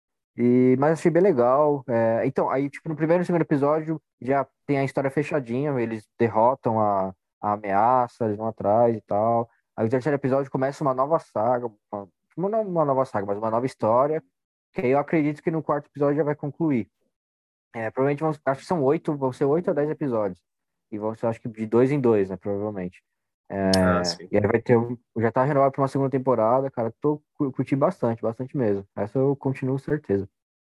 E, mas achei bem legal. É, então, aí, tipo, no primeiro e segundo episódio já tem a história fechadinha, eles derrotam a, a ameaça, eles vão atrás e tal. Aí o terceiro episódio começa uma nova saga, uma, uma no- uma nova saga, mas uma nova história, que aí eu acredito que no quarto episódio já vai concluir. É, provavelmente vão, acho que são oito, vão ser oito a dez episódios. E vão ser, acho que de dois em dois, né, provavelmente.
Ah,
É,
sim.
e aí vai ter, um- já tá renovado para uma segunda temporada, cara, tô cu- curti bastante, bastante mesmo. Essa eu continuo certeza.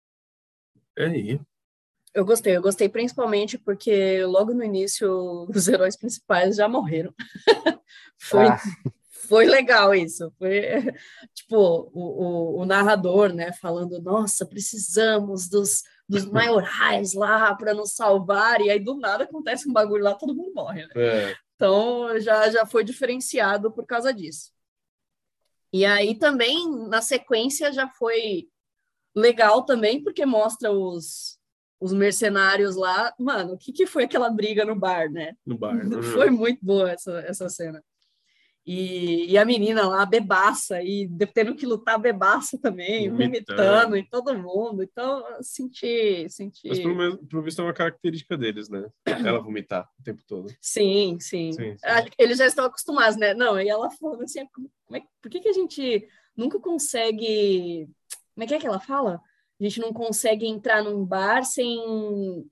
É aí.
Eu gostei, eu gostei principalmente porque logo no início os heróis principais já morreram. Foi,
Ah,
foi legal isso. Foi tipo o, o, o narrador, né, falando: nossa, precisamos dos, dos maiorais lá para nos salvar, e aí do nada acontece um bagulho lá, todo mundo morre, né?
É.
Então já, já foi diferenciado por causa disso. E aí também, na sequência, já foi legal também, porque mostra os, os mercenários lá. Mano, o que, que foi aquela briga no bar, né?
No bar.
Foi
Uhum.
muito boa essa, essa cena. E, e a menina lá, bebaça, e tendo que lutar bebaça também,
Vomitando.
vomitando em todo mundo. Então, eu senti, senti.
Mas pelo menos, pelo visto é uma característica deles, né? Ela vomitar o tempo todo.
Sim, sim.
Sim, sim.
Acho que eles já estão acostumados, né? Não, e ela falando assim, como é, por que, que a gente nunca consegue... Como é que é que ela fala? A gente não consegue entrar num bar sem,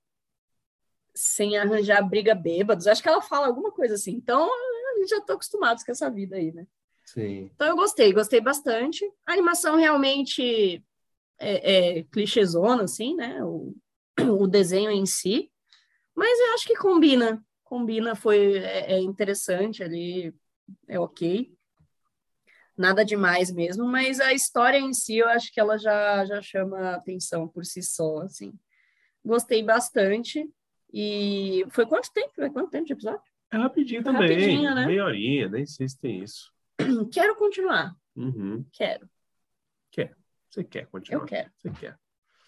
sem arranjar briga bêbados. Acho que ela fala alguma coisa assim. Então, a gente já está acostumados com essa vida aí, né?
Sim.
Então, eu gostei, gostei bastante. A animação realmente é, é clichêzona, assim, né? O, o desenho em si. Mas eu acho que combina. Combina, foi é, é interessante ali, é ok. Nada demais mesmo, mas a história em si, eu acho que ela já, já chama atenção por si só, assim. Gostei bastante. E foi quanto tempo? Foi quanto tempo de episódio?
É rapidinho
Foi
também.
rapidinho, né?
Meia horinha, nem sei se tem isso.
Quero continuar.
Uhum.
Quero.
Quer. Você quer continuar?
Eu quero.
Você quer.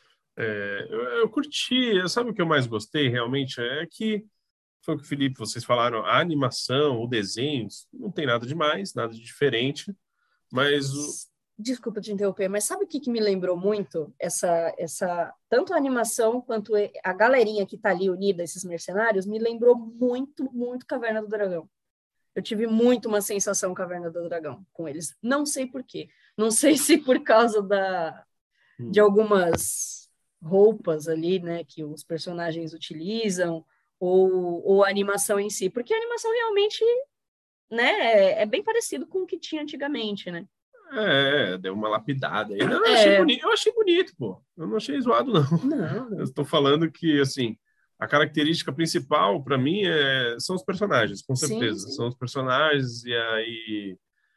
É, eu, eu curti. Sabe o que eu mais gostei realmente? É que foi o que o Felipe, vocês falaram, a animação, o desenho, não tem nada demais, nada de diferente, mas o...
Desculpa te interromper, mas sabe o que, que me lembrou muito? Essa, essa, tanto a animação quanto a galerinha que tá ali unida, esses mercenários, me lembrou muito, muito Caverna do Dragão. Eu tive muito uma sensação Caverna do Dragão com eles. Não sei por quê. Não sei se por causa da, de algumas roupas ali, né, que os personagens utilizam, ou, ou a animação em si. Porque a animação realmente, né, é, é bem parecido com o que tinha antigamente, né?
É, deu uma lapidada aí. Não, eu
É.
achei bonito, eu achei bonito, pô. Eu não achei zoado, não.
Não, não.
Eu estou falando que, assim, a característica principal, para mim, é... são os personagens, com certeza.
Sim, sim.
São os personagens e aí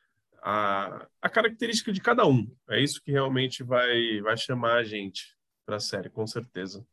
a... a característica de cada um. É isso que realmente vai, vai chamar a gente para a série, com certeza.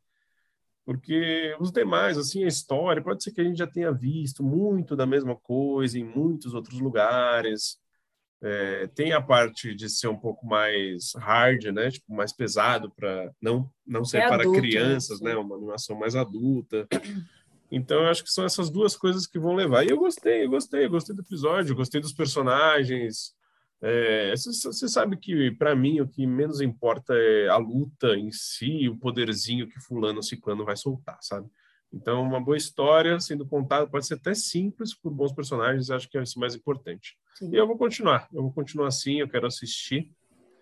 Porque os demais, assim, a história, pode ser que a gente já tenha visto muito da mesma coisa em muitos outros lugares. É, tem a parte de ser um pouco mais hard, né? Tipo, mais pesado para não não ser
É
para
adulto,
crianças,
né?
né? Uma animação mais adulta. Então, eu acho que são essas duas coisas que vão levar. E eu gostei, eu gostei, eu gostei do episódio, eu gostei dos personagens. É, você, você sabe que, para mim, o que menos importa é a luta em si, o poderzinho que fulano ciclano vai soltar, sabe? Então, uma boa história sendo contada pode ser até simples por bons personagens, acho que é isso mais importante.
Sim.
E eu vou continuar, eu vou continuar assim, eu quero assistir.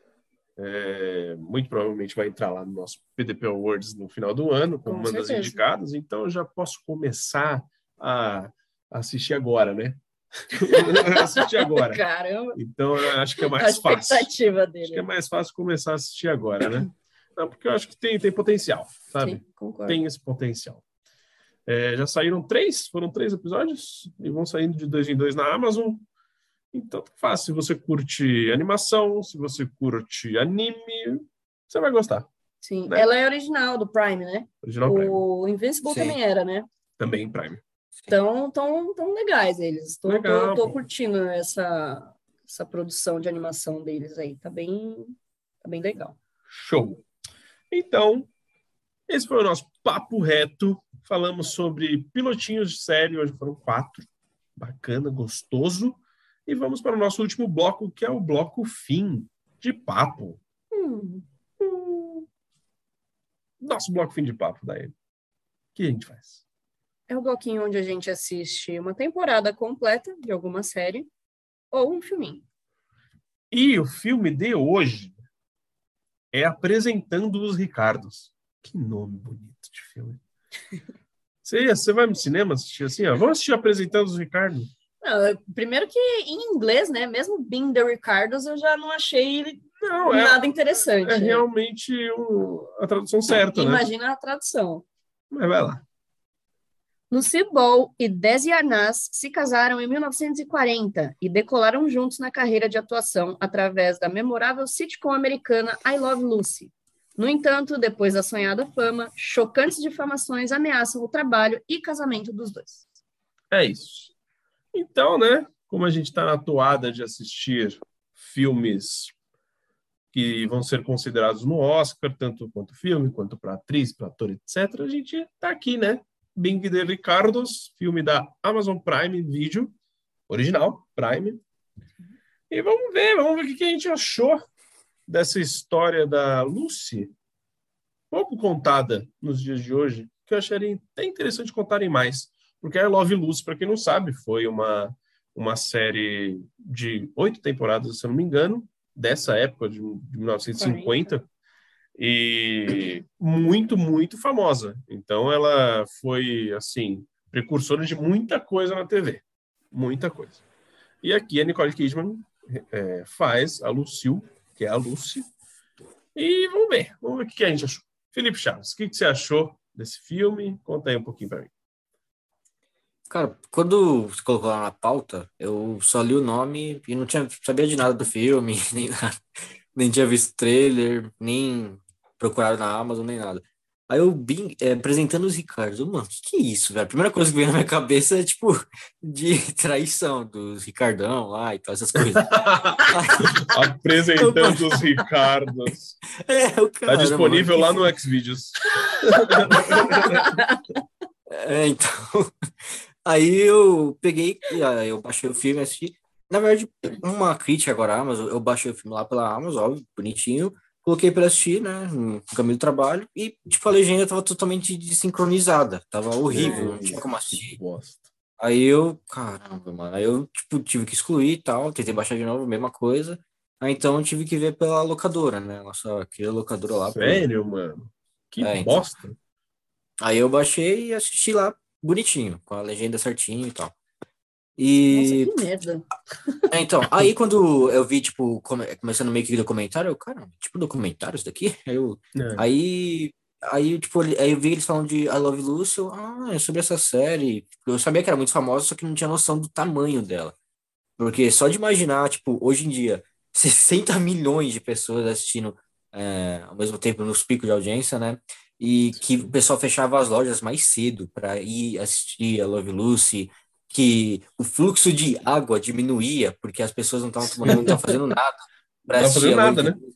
É, muito provavelmente vai entrar lá no nosso P D P Awards no final do ano, como
Com
uma das
certeza.
indicadas, então eu já posso começar a assistir agora, né? assistir agora.
Caramba.
Então, eu acho que é
A
mais fácil.
expectativa dele.
Acho que é mais fácil começar a assistir agora, né? Não, porque eu acho que tem, tem potencial, sabe?
Sim, concordo.
Tem esse potencial. É, já saíram três, foram três episódios, e vão saindo de dois em dois na Amazon. Então, tá fácil. Se você curte animação, se você curte anime, você vai gostar.
Sim,
né?
ela é original do Prime, né?
Original Prime.
O Invincible
Sim.
também era, né?
Também Prime.
Então, tão, tão legais eles. Tô,
Legal,
tô, tô
pô.
curtindo essa, essa produção de animação deles aí. Tá bem, tá bem legal.
Show. Então, esse foi o nosso papo reto. Falamos sobre pilotinhos de série. Hoje foram quatro. Bacana, gostoso. E vamos para o nosso último bloco, que é o bloco fim de papo.
Hum.
Nosso bloco fim de papo, daí. O que a gente faz?
É o bloquinho onde a gente assiste uma temporada completa de alguma série ou um filminho.
E o filme de hoje é Apresentando os Ricardos. Que nome bonito de filme. Você, você vai no cinema assistir assim? Ó, vamos assistir Apresentando os Ricardos?
Não, eu- primeiro que em inglês, né? Mesmo Being the Ricardos, eu já não achei
Não, é,
nada interessante.
é realmente um, a tradução certa, né?
Imagina a tradução.
Mas vai lá.
Lucille Ball e Desi Arnaz se casaram em mil novecentos e quarenta e decolaram juntos na carreira de atuação através da memorável sitcom americana I Love Lucy. No entanto, depois da sonhada fama, chocantes difamações ameaçam o trabalho e casamento dos dois.
É isso. Então, né? Como a gente está na toada de assistir filmes que vão ser considerados no Oscar, tanto quanto filme, quanto para atriz, para ator, etcétera, a gente está aqui, né? Bing de Ricardos, filme da Amazon Prime Video, original, Prime, E vamos ver, vamos ver o que que a gente achou dessa história da Lucy, pouco contada nos dias de hoje, que eu acharia até interessante contarem mais. Porque a Love Lucy, para quem não sabe, foi uma, uma série de oito temporadas, se eu não me engano, dessa época, de, de mil novecentos e cinquenta, e muito, muito famosa. Então ela foi, assim, precursora de muita coisa na T V. Muita coisa. E aqui a Nicole Kidman é, faz a Lucille, que é a Lucy. E vamos ver, vamos ver o que a gente achou. Felipe Chaves, o que você achou desse filme? Conta aí um pouquinho para mim.
Cara, quando você colocou lá na pauta, eu só li o nome e não tinha, sabia de nada do filme, nem nada, nem tinha visto trailer, nem procurado na Amazon, nem nada. Aí eu vim é, apresentando os Ricardos. Eu, mano, o que, que é isso, velho? A primeira coisa que veio na minha cabeça é, tipo, de traição dos Ricardão lá e tal, essas coisas.
Apresentando os Ricardos.
É, o cara,
tá disponível
mano,
lá no Xvideos.
É, então... Aí eu peguei, eu baixei o filme, assisti. Na verdade, uma crítica agora à Amazon, eu baixei o filme lá pela Amazon, óbvio, bonitinho, coloquei para assistir, né, no caminho do trabalho, e, tipo, a legenda tava totalmente desincronizada, tava horrível, não tinha como assistir. Aí eu, caramba, mano, aí eu, tipo, tive que excluir e tal, tentei baixar de novo, mesma coisa. Aí então eu tive que ver pela locadora, né, nossa querida locadora lá.
Sério, pelo... mano? Que
é,
bosta.
Então. Aí eu baixei e assisti lá bonitinho, com a legenda certinho e tal. E...
Nossa, que merda.
É, então, aí quando eu vi, tipo, come... começando meio que documentário, eu, caramba, tipo, documentário isso daqui? Aí, eu... é. aí, aí, tipo, aí eu vi eles falando de I Love Lucy, eu, ah, é sobre essa série. Eu sabia que era muito famosa, só que não tinha noção do tamanho dela. Porque só de imaginar, tipo, hoje em dia, sessenta milhões de pessoas assistindo é, ao mesmo tempo nos picos de audiência, né? E que o pessoal fechava as lojas mais cedo para ir assistir a Love Lucy, que o fluxo de água diminuía porque as pessoas não estavam tomando, não estavam fazendo nada para assistir
a
Love
nada,
Lucy.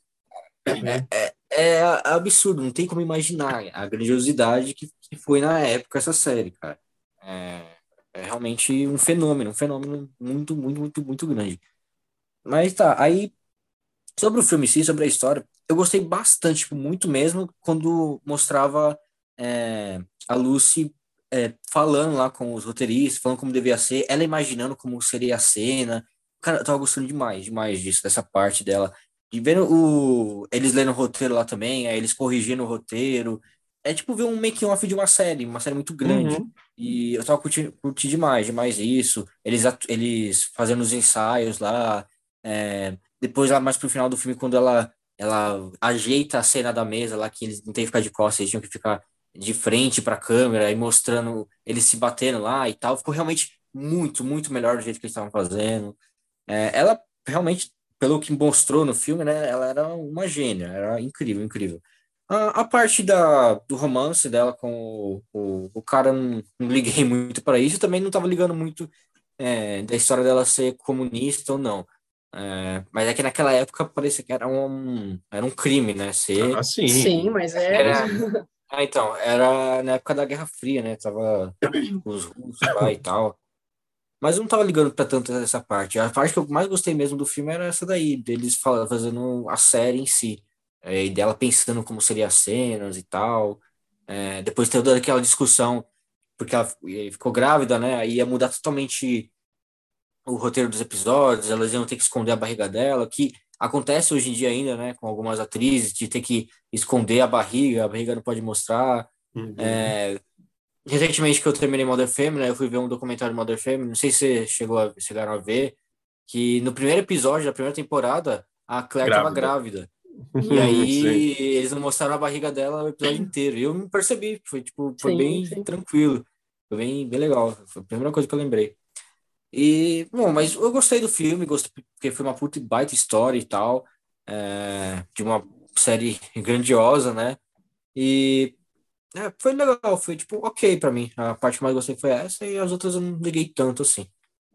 Né?
É, é, é absurdo, não tem como imaginar a grandiosidade que, que foi na época essa série, cara. É, é realmente um fenômeno, um fenômeno muito, muito, muito, muito grande. Mas tá, aí sobre o filme em si, sobre a história, eu gostei bastante, tipo, muito mesmo, quando mostrava é, a Lucy é, falando lá com os roteiristas, falando como devia ser, ela imaginando como seria a cena. Cara, eu tava gostando demais, demais disso, dessa parte dela. E vendo o, eles lendo o roteiro lá também, aí eles corrigindo o roteiro. É tipo ver um making-off de uma série, uma série muito grande.
Uhum.
E eu tava curtindo, curtindo demais, demais isso. Eles, eles fazendo os ensaios lá, é, depois, lá mais pro final do filme, quando ela, ela ajeita a cena da mesa lá, que eles não tem que ficar de costas, eles tinham que ficar de frente pra câmera e mostrando eles se batendo lá e tal. Ficou realmente muito, muito melhor do jeito que eles estavam fazendo. É, ela realmente, pelo que mostrou no filme, né, ela era uma gênia, era incrível, incrível. A, a parte da, do romance dela com o, o, o cara, não, não liguei muito para isso, também não estava ligando muito é, da história dela ser comunista ou não. É, mas é que naquela época parecia que era um, era um crime, né? Ser,
ah, sim.
Sim, mas é.
Era, ah, então, era na época da Guerra Fria, né? Tava os russos lá e tal. Mas eu não tava ligando pra tanto essa parte. A parte que eu mais gostei mesmo do filme era essa daí, deles falando, fazendo a série em si. É, e dela pensando como seriam as cenas e tal. É, depois teve toda aquela discussão, porque ela ficou grávida, né? Aí ia mudar totalmente o roteiro dos episódios, elas iam ter que esconder a barriga dela, que acontece hoje em dia ainda, né, com algumas atrizes, de ter que esconder a barriga, a barriga não pode mostrar.
Uhum.
É, recentemente que eu terminei Modern Family, eu fui ver um documentário de Modern Family, não sei se você chegou a, chegaram a ver, que no primeiro episódio da primeira temporada, a Claire estava grávida. E aí eles não mostraram a barriga dela o episódio inteiro. E eu não percebi, foi, tipo, foi
Sim,
bem
sim.
tranquilo, foi bem, bem legal, foi a primeira coisa que eu lembrei. E, bom, mas eu gostei do filme, gostei porque foi uma puta baita história e tal, é, de uma série grandiosa, né? E é, foi legal, foi tipo, ok pra mim. A parte que mais gostei foi essa e as outras eu não liguei tanto assim.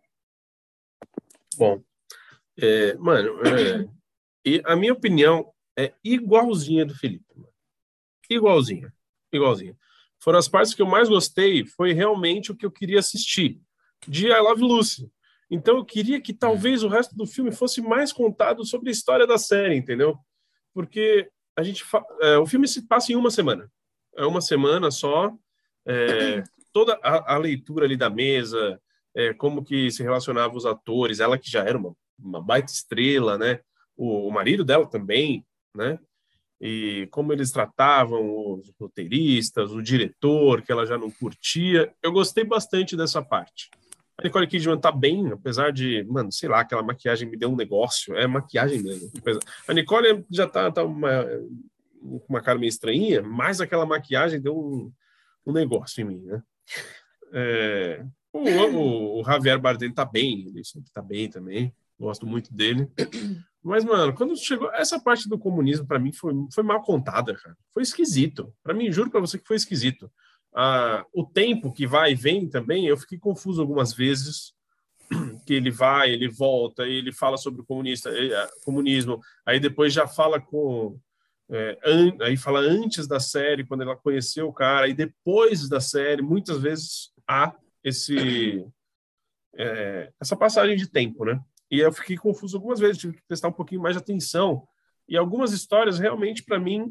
Bom, é, mano, é, e a minha opinião é igualzinha do Felipe. Mano. Igualzinha, igualzinha. Foram as partes que eu mais gostei, foi realmente o que eu queria assistir, de I Love Lucy. Então eu queria que talvez o resto do filme fosse mais contado sobre a história da série, entendeu? Porque a gente fa... é, o filme se passa em uma semana. É uma semana só. É, toda a, a leitura ali da mesa, é, como que se relacionavam os atores, ela que já era uma, uma baita estrela, né? O, o marido dela também, né? E como eles tratavam os roteiristas, o diretor, que ela já não curtia. Eu gostei bastante dessa parte. A Nicole Kidman tá bem, apesar de, mano, sei lá, aquela maquiagem me deu um negócio. É maquiagem mesmo. A Nicole já tá, tá uma, uma cara meio estranhinha, mas aquela maquiagem deu um, um negócio em mim, né? É, o, o, o Javier Bardem tá bem, ele sempre tá bem também. Gosto muito dele. Mas, mano, quando chegou... Essa parte do comunismo, pra mim, foi, foi mal contada, cara. Foi esquisito. Pra mim, juro pra você que foi esquisito. Ah, o tempo que vai e vem também, eu fiquei confuso algumas vezes, que ele vai, ele volta, ele fala sobre o comunista, comunismo, aí depois já fala com... É, an, aí fala antes da série, quando ela conheceu o cara, aí depois da série, muitas vezes há esse, é, essa passagem de tempo, né? E eu fiquei confuso algumas vezes, tive que prestar um pouquinho mais de atenção, e algumas histórias realmente, para mim,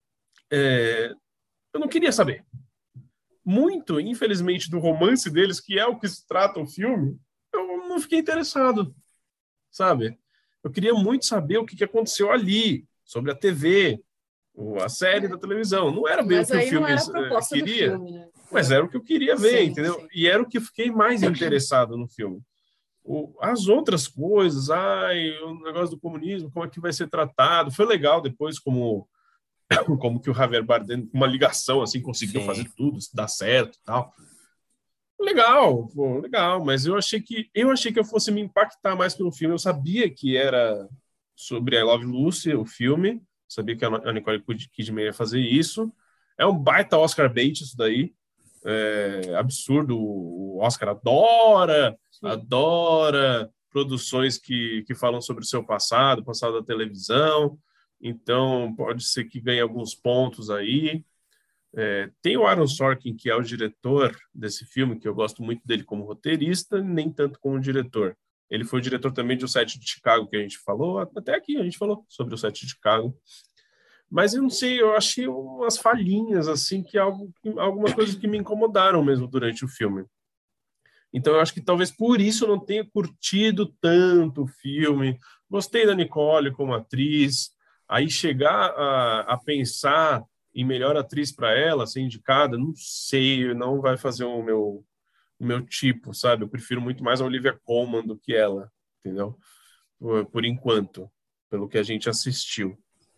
é, eu não queria saber. Muito, infelizmente, do romance deles, que é o que se trata o filme, eu não fiquei interessado, sabe? Eu queria muito saber o que, que aconteceu ali, sobre a T V, a série da televisão. Não era bem mas o que o filme queria, filme, né? Mas era o que eu queria ver, sim, entendeu? Sim. E era o que eu fiquei mais interessado no filme. O, as outras coisas, ai, o negócio do comunismo, como é que vai ser tratado, foi legal depois como como que o Javier Bardem, com uma ligação, assim, conseguiu sim. fazer tudo, dar certo e tal. Legal, pô, legal, mas eu achei que eu achei que eu fosse me impactar mais pelo filme. Eu sabia que era sobre I Love Lucy, o filme, sabia que a Nicole Kidman ia fazer isso. É um baita Oscar bait isso daí, é absurdo. O Oscar adora, sim. adora produções que, que falam sobre o seu passado, passado da televisão. Então, pode ser que ganhe alguns pontos aí. É, tem o Aaron Sorkin, que é o diretor desse filme, que eu gosto muito dele como roteirista, nem tanto como diretor. Ele foi o diretor também de O Sete de Chicago, que a gente falou. Até aqui a gente falou sobre O Sete de Chicago. Mas eu não sei, eu achei umas falhinhas, assim, que algo, algumas coisas que me incomodaram mesmo durante o filme. Então, eu acho que talvez por isso eu não tenha curtido tanto o filme. Gostei da Nicole como atriz. Aí chegar a, a pensar em melhor atriz para ela, ser indicada, não sei, não vai fazer o meu, o meu tipo, sabe? Eu prefiro muito mais a Olivia Colman do que ela, entendeu? Por, por enquanto, pelo que a gente assistiu.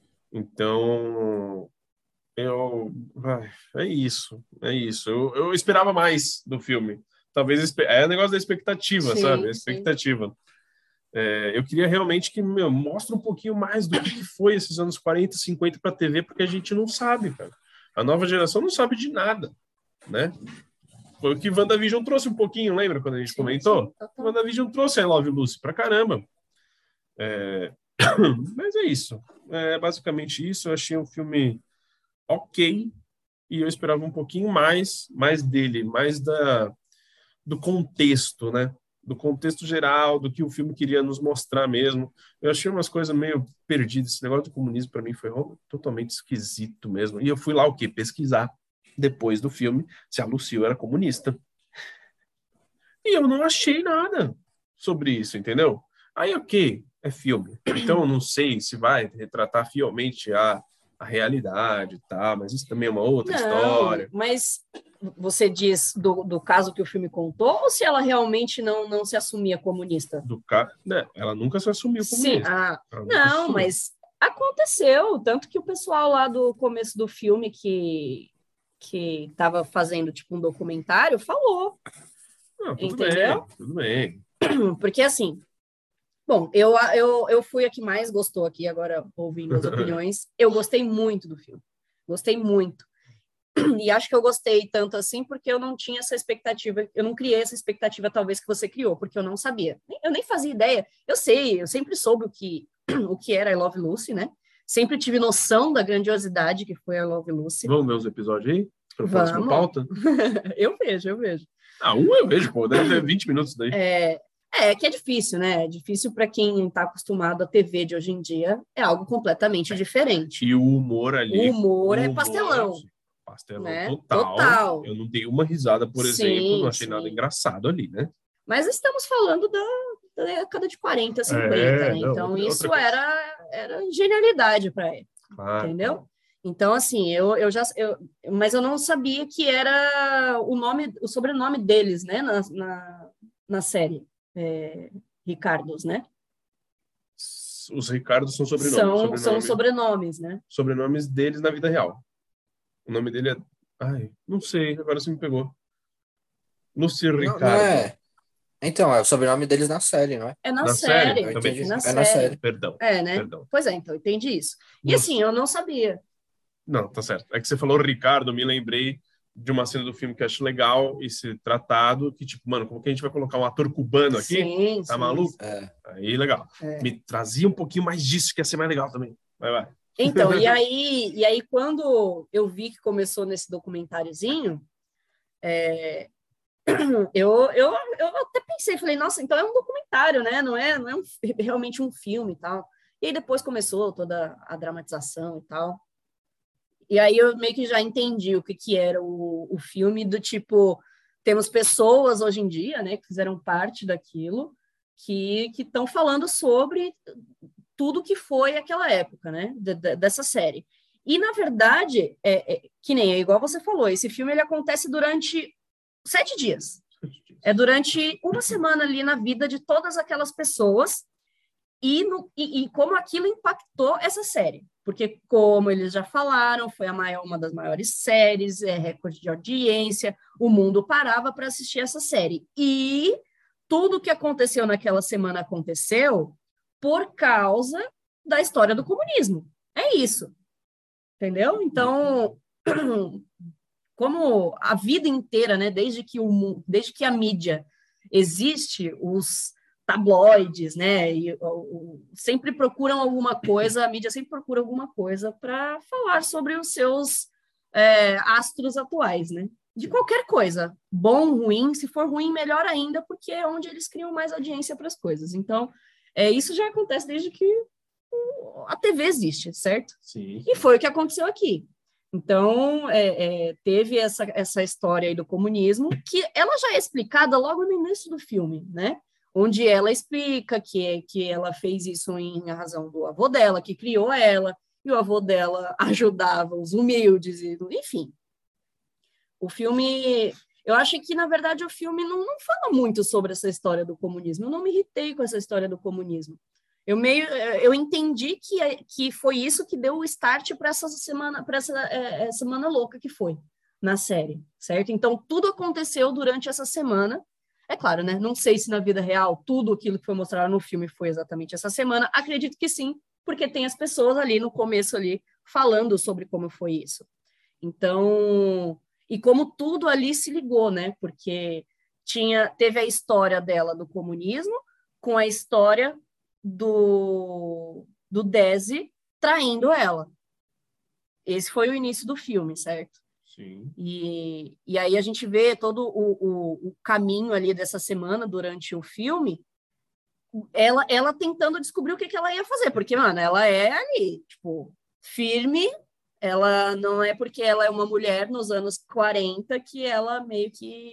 Então, eu... Ai, é isso, é isso. Eu, eu esperava mais do filme. Talvez... É o negócio da expectativa, sim, sabe? A expectativa. Sim. É, eu queria realmente que, meu, mostre um pouquinho mais do que foi esses anos quarenta, cinquenta para a T V, porque a gente não sabe, cara. A nova geração não sabe de nada, né? Foi o que WandaVision trouxe um pouquinho, lembra quando a gente sim, comentou? Sim, tá, tá. WandaVision trouxe I Love Lucy pra caramba. É... Mas é isso. É basicamente isso. Eu achei um filme ok e eu esperava um pouquinho mais, mais dele, mais da, do contexto, né? Do contexto geral, do que o filme queria nos mostrar mesmo. Eu achei umas coisas meio perdidas. Esse negócio do comunismo, para mim, foi totalmente esquisito mesmo. E eu fui lá, o quê? Pesquisar, depois do filme, se a Lucille era comunista. E eu não achei nada sobre isso, entendeu? Aí, ok, é filme. Então, eu não sei se vai retratar fielmente a, a realidade e tal, mas isso também é uma outra não, história.
Mas... Você diz do, do caso que o filme contou ou se ela realmente não, não se assumia comunista?
Do ca... né? Ela nunca se assumiu comunista.
Sim, ah, não, mas aconteceu. Tanto que o pessoal lá do começo do filme que que estava fazendo tipo um documentário falou.
Não, tudo
entendeu?
Bem, tudo bem.
Porque assim, bom, eu, eu, eu fui a que mais gostou aqui, agora ouvindo as opiniões. Eu gostei muito do filme. Gostei muito. E acho que eu gostei tanto assim porque eu não tinha essa expectativa, eu não criei essa expectativa talvez que você criou, porque eu não sabia. Eu nem fazia ideia. Eu sei, eu sempre soube o que, o que era I Love Lucy, né? Sempre tive noção da grandiosidade que foi I Love Lucy.
Vamos ver os episódios aí? Para falar sobre pauta?
Eu vejo, eu vejo.
Ah, um eu vejo, pô. Deve ter vinte minutos daí.
É, É, que é difícil, né? É difícil para quem está acostumado à T V de hoje em dia, é algo completamente diferente.
E o humor ali...
O humor
o
é
humor,
pastelão,
pastelão
né?
total.
Total.
Eu não dei uma risada, por exemplo,
Sim,
não achei
sim.
nada engraçado ali, né?
Mas estamos falando da, da década de quarenta, cinquenta,
É,
né?
não,
Então,
outra- outra
isso
coisa.
era, era genialidade para época,
Claro.
entendeu? Então, assim, eu, eu já... Eu, mas eu não sabia que era o nome, o sobrenome deles, né? Na, na, na série. É, Ricardos, né?
Os Ricardos são sobrenomes.
São,
sobrenome,
são sobrenomes, né?
sobrenomes deles na vida real. O nome dele é... Ai, não sei, agora você me pegou. Lúcio
Não, não
Ricardo.
é. Então, é o sobrenome deles na série, não é?
É na,
Na
série,
série?
Eu
Também.
entendi.
é na
É
série.
na série.
Perdão,
É, né?
perdão.
Pois é, então, entendi isso. E
Lúcio-
assim, eu não sabia.
Não, tá certo. É que você falou Ricardo, eu me lembrei de uma cena do filme que eu acho legal esse tratado, que tipo, mano, como que a gente vai colocar um ator cubano aqui?
Sim,
Tá
sim,
maluco?
É.
Aí, legal.
É.
Me trazia um pouquinho mais disso, que ia ser mais legal também. Vai, vai.
Então, e aí, e aí quando eu vi que começou nesse documentáriozinho, é, eu, eu, eu até pensei, falei, nossa, então é um documentário, né? Não é, não é um, realmente um filme e tal. E aí depois começou toda a dramatização e tal. E aí eu meio que já entendi o que, que era o, o filme, do tipo, temos pessoas hoje em dia, né, que fizeram parte daquilo, que estão falando sobre tudo que foi aquela época, né, de, de, dessa série. E, na verdade, é, é, que nem é igual você falou, esse filme ele acontece durante sete dias. É durante uma semana ali na vida de todas aquelas pessoas e, no, e, e como aquilo impactou essa série. Porque, como eles já falaram, foi a maior, uma das maiores séries, é recorde de audiência, o mundo parava para assistir essa série. E tudo que aconteceu naquela semana aconteceu por causa da história do comunismo. É isso. Entendeu? Então, como a vida inteira, né, desde que, o, desde que a mídia existe, os tabloides, né, e, o, o, sempre procuram alguma coisa, a mídia sempre procura alguma coisa para falar sobre os seus é, astros atuais, né, de qualquer coisa, bom, ruim, se for ruim, melhor ainda, porque é onde eles criam mais audiência para as coisas. Então, é, isso já acontece desde que a T V existe, certo?
Sim.
E foi o que aconteceu aqui. Então, é, é, teve essa, essa história aí do comunismo, que ela já é explicada logo no início do filme, né? Onde ela explica que, que ela fez isso em razão do avô dela, que criou ela, e o avô dela ajudava os humildes, e, enfim. O filme... Eu acho que, na verdade, o filme não, não fala muito sobre essa história do comunismo. Eu não me irritei com essa história do comunismo. Eu meio eu entendi que, que foi isso que deu o start para essa semana para essa é, semana louca que foi na série, certo? Então tudo aconteceu durante essa semana. É claro, né? Não sei se na vida real tudo aquilo que foi mostrado no filme foi exatamente essa semana. Acredito que sim, porque tem as pessoas ali no começo ali falando sobre como foi isso. Então, e como tudo ali se ligou, né? Porque tinha teve a história dela do comunismo com a história do, do Desi traindo ela. Esse foi o início do filme, certo?
Sim.
E, e aí a gente vê todo o, o, o caminho ali dessa semana durante o filme, ela, ela tentando descobrir o que, que ela ia fazer, porque, mano, ela é ali, tipo, firme, ela não é porque ela é uma mulher nos anos quarenta que ela meio que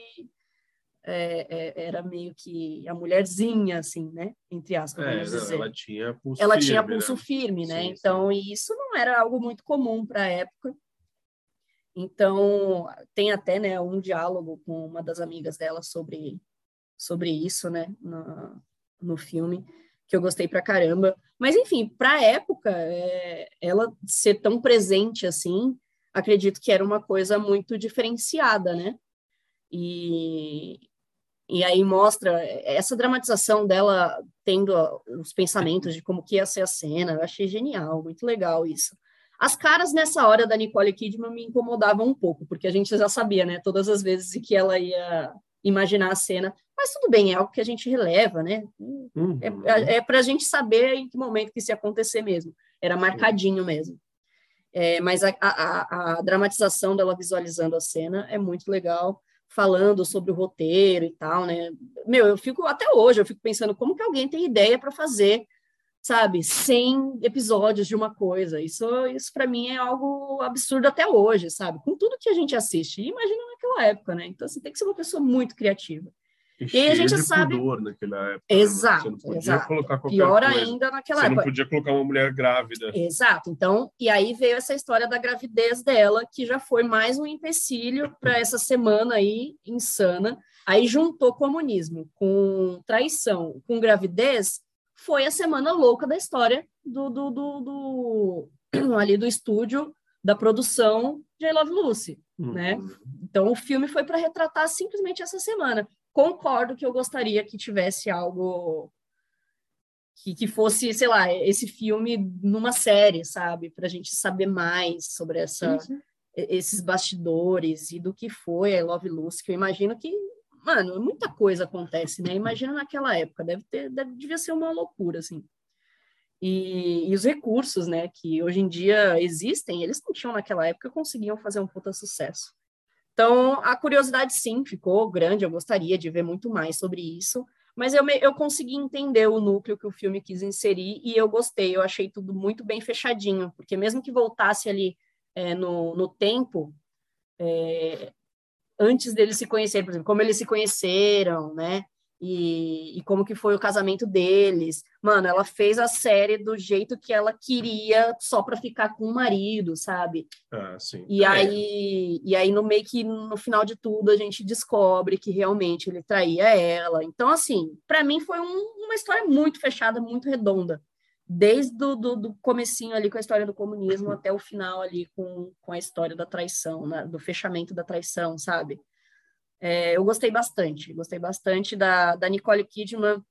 É, é, era meio que a mulherzinha, assim, né? Entre aspas,
É,
vamos
não,
dizer.
ela tinha pulso
Ela
firme,
tinha pulso
né?
firme, né?
Sim,
Então,
sim.
e isso não era algo muito comum para a época. Então, tem até, né, um diálogo com uma das amigas dela sobre, sobre isso, né? No, no filme, que eu gostei pra caramba. Mas, enfim, para a época, é, ela ser tão presente assim, acredito que era uma coisa muito diferenciada, né? E, E aí mostra essa dramatização dela tendo os pensamentos de como que ia ser a cena. Eu achei genial, muito legal isso. As caras nessa hora da Nicole Kidman me incomodavam um pouco, porque a gente já sabia, né, todas as vezes que ela ia imaginar a cena. Mas tudo bem, é algo que a gente releva, né?
Uhum.
É, é para a gente saber em que momento que isso ia acontecer mesmo. Era marcadinho mesmo. É, mas a, a, a dramatização dela visualizando a cena é muito legal. falando sobre o roteiro e tal, né? Meu, eu fico, até hoje, eu fico pensando como que alguém tem ideia para fazer, sabe, cem episódios de uma coisa. Isso, isso para mim é algo absurdo até hoje, sabe? Com tudo que a gente assiste. E imagina naquela época, né? Então, você tem que ser uma pessoa muito criativa.
E,
E aí a
cheio
gente
de
sabe...
pudor naquela época.
Exato,
Você não podia
exato.
colocar qualquer
Pior
coisa.
ainda naquela
Você
época.
não podia colocar uma mulher grávida.
Exato. Então, e aí veio essa história da gravidez dela, que já foi mais um empecilho para essa semana aí insana. Aí juntou comunismo com traição, com gravidez, foi a semana louca da história do, do, do, do ali do estúdio, da produção de I Love Lucy,
Uhum.
né? Então, o filme foi para retratar simplesmente essa semana. Concordo que eu gostaria que tivesse algo que, que fosse, sei lá, esse filme numa série, sabe? Para a gente saber mais sobre essa,
Sim, sim.
esses bastidores e do que foi a I Love Lucy, que eu imagino que, mano, muita coisa acontece, né? Imagina naquela época, deve ter, deve, devia ser uma loucura, assim. E, e os recursos, né, que hoje em dia existem, eles não tinham naquela época, conseguiam fazer um puta sucesso. Então, a curiosidade, sim, ficou grande, eu gostaria de ver muito mais sobre isso, mas eu, me, eu consegui entender o núcleo que o filme quis inserir e eu gostei, eu achei tudo muito bem fechadinho, porque mesmo que voltasse ali é, no, no tempo, é, antes deles se conhecerem, por exemplo, como eles se conheceram, né, e, e como que foi o casamento deles, mano, ela fez a série do jeito que ela queria, só para ficar com o marido, sabe?
Ah, sim.
E,
É.
aí, e aí, no meio que, no final de tudo, a gente descobre que realmente ele traía ela. Então, assim, para mim foi um, uma história muito fechada, muito redonda. Desde do, do, do comecinho ali com a história do comunismo até o final ali com, com a história da traição, né? Do fechamento da traição, sabe? É, eu gostei bastante. Gostei bastante da, da Nicole Kidman.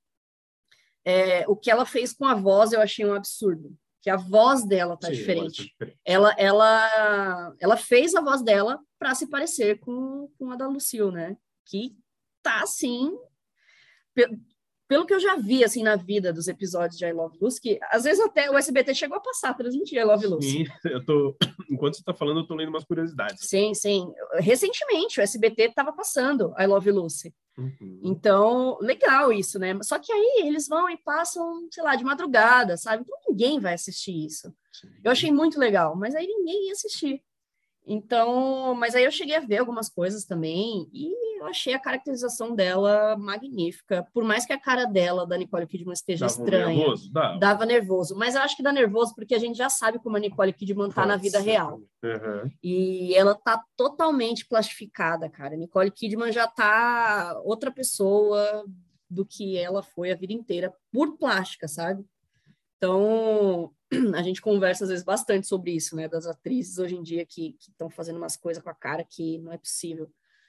É, o que ela fez com a voz eu achei um absurdo. Que a voz dela tá
Sim,
diferente.
tá diferente.
Ela, ela, ela fez a voz dela para se parecer com, com a da Lucille, né? Que tá, assim... Pe pelo que eu já vi, assim, na vida dos episódios de I Love Lucy, que às vezes até o S B T chegou a passar, transmitir I Love Lucy.
Sim, eu tô... Enquanto você tá falando, eu tô lendo umas curiosidades.
Sim, sim. Recentemente, o S B T estava passando I Love Lucy.
Uhum.
Então, legal isso, né? Só que aí eles vão e passam, sei lá, de madrugada, sabe? Então ninguém vai assistir isso.
Sim.
Eu achei muito legal, mas aí ninguém ia assistir. Então, mas aí eu cheguei a ver algumas coisas também e eu achei a caracterização dela magnífica. Por mais que a cara dela, da Nicole Kidman, esteja
Dava um
estranha.
nervoso? Dava.
Dava nervoso. Mas eu acho que dá nervoso porque a gente já sabe como a Nicole Kidman tá na vida
Pode ser
real.
também. Uhum.
E ela tá totalmente plastificada, cara. Nicole Kidman já tá outra pessoa do que ela foi a vida inteira por plástica, sabe? Então, a gente conversa às vezes bastante sobre isso, né? Das atrizes hoje em dia que estão fazendo umas coisas com a cara que não é possível.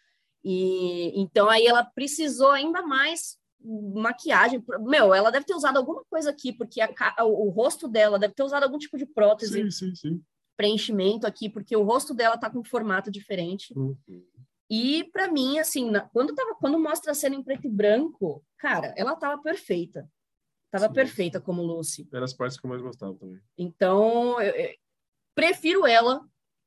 E então aí ela precisou ainda mais maquiagem. Meu, ela deve ter usado alguma coisa aqui, porque a, o, o rosto dela deve ter usado algum tipo de prótese.
Sim, sim, sim.
Preenchimento aqui, porque o rosto dela tá com um formato diferente.
Uhum.
E para mim, assim, na, quando, tava, quando mostra a cena em preto e branco, cara, ela tava perfeita. Tava
Sim,
perfeita
sim.
como Lucy.
Eram as partes que eu mais gostava também.
Então, eu, eu prefiro ela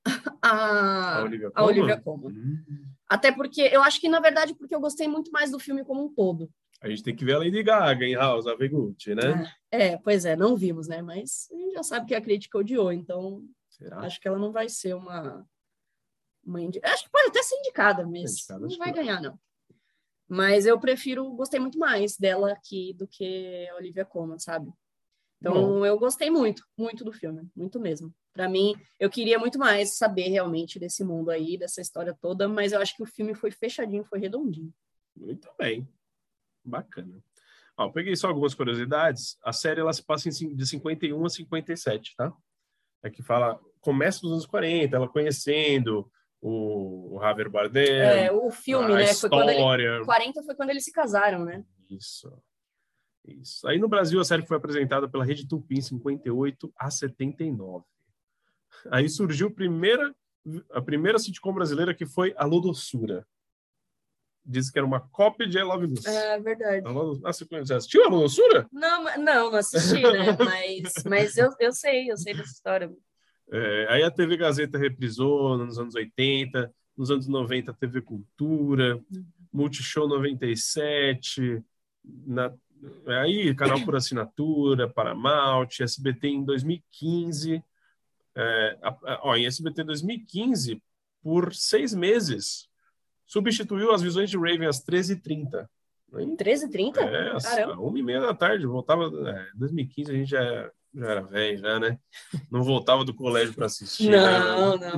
a,
A Olivia
a Olivia Colman.
Hum.
Até porque, eu acho que, na verdade, porque eu gostei muito mais do filme como um todo.
A gente tem que ver a Lady Gaga em House of Gucci, né?
Ah, é, pois é, não vimos, né? Mas a gente já sabe que a crítica odiou, então
Será?
acho que ela não vai ser uma... uma indi... Acho que pode até ser indicada, mas
Indicada,
não
acho
vai
que não.
ganhar, não. Mas eu prefiro, gostei muito mais dela aqui do que a Olivia Colman, sabe? Então,
Bom.
eu gostei muito, muito do filme, muito mesmo. Para mim, eu queria muito mais saber realmente desse mundo aí, dessa história toda, mas eu acho que o filme foi fechadinho, foi redondinho.
Muito bem. Bacana. Ó, peguei só algumas curiosidades. A série ela se passa em, de cinquenta e um a cinquenta e sete, tá? Aqui fala, começa nos anos quarenta, ela conhecendo o, o Javier Bardem.
É, o filme,
a
né?
história.
Foi quando ele, quarenta foi quando eles se casaram, né?
Isso. Isso. Aí no Brasil a série foi apresentada pela Rede Tupi em cinquenta e oito a setenta e nove. Aí surgiu a primeira, a primeira sitcom brasileira que foi Alô Doçura. Diz que era uma cópia de I Love Lucy.
É verdade.
Alô... Ah, você assistiu Alô Doçura?
Não, não, não assisti, né? Mas, mas eu, eu sei, eu sei dessa história.
É, aí a T V Gazeta reprisou nos anos oitenta. nos anos noventa, T V Cultura, Multishow noventa e sete, na, aí canal por assinatura, Paramount, S B T em dois mil e quinze. É, a, a, ó, em S B T dois mil e quinze, por seis meses, substituiu as visões de Raven às treze e trinta.
treze e trinta?
É, às uma e meia da tarde. Voltava. É, em dois mil e quinze a gente já, já era velho, já, né? Não voltava do colégio para assistir.
Não,
né?
não.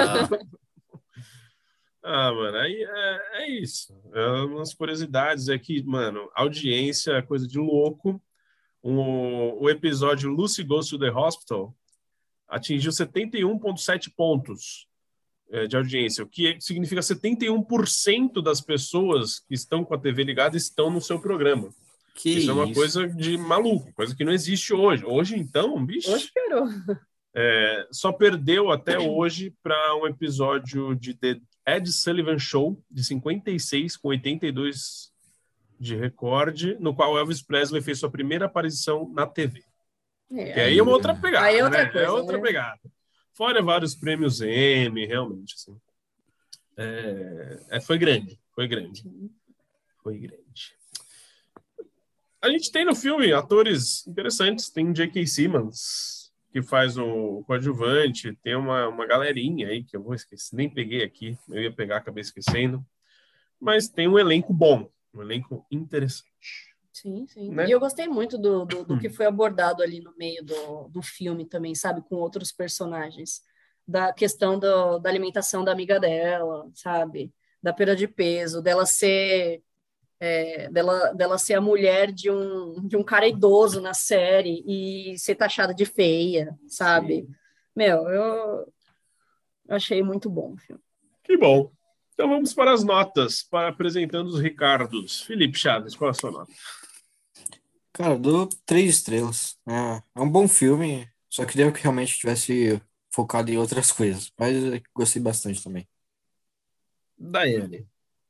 Ah, mano, aí é, é isso. É, umas curiosidades é que, mano, audiência é coisa de louco. O, o episódio Lucy Goes to the Hospital atingiu setenta e um vírgula sete pontos é, de audiência, o que significa setenta e um por cento das pessoas que estão com a T V ligada estão no seu programa.
Que
isso é uma
isso?
coisa de maluco, coisa que não existe hoje. Hoje, então, bicho...
Hoje piorou.
É, só perdeu até hoje para um episódio de The Ed Sullivan Show, de cinquenta e seis, com oitenta e dois de recorde, no qual Elvis Presley fez sua primeira aparição na T V.
É,
que aí é uma outra pegada,
aí é outra
né?
coisa,
é outra
né?
pegada. Fora vários prêmios Emmy, realmente, assim. É, é, foi grande, foi grande. Foi grande. A gente tem no filme atores interessantes. Tem J K. Simmons, que faz o coadjuvante. Tem uma, uma galerinha aí que eu vou esquecer. Nem peguei aqui. Eu ia pegar, acabei esquecendo. Mas tem um elenco bom. Um elenco interessante.
Sim, sim.
Né?
E eu gostei muito do, do, do que foi abordado ali no meio do, do filme também, sabe? Com outros personagens. Da questão do, da alimentação da amiga dela, sabe? Da perda de peso, dela ser... É, dela, dela ser a mulher de um, de um cara idoso na série e ser taxada de feia, sabe?
Sim.
Meu, eu achei muito bom o filme.
Que bom. Então vamos para as notas, para apresentando os Ricardos. Felipe Chaves, qual é a sua nota?
Cara, eu dou três estrelas. É, é um bom filme, só queria que realmente tivesse focado em outras coisas. Mas eu gostei bastante também.
Daiane.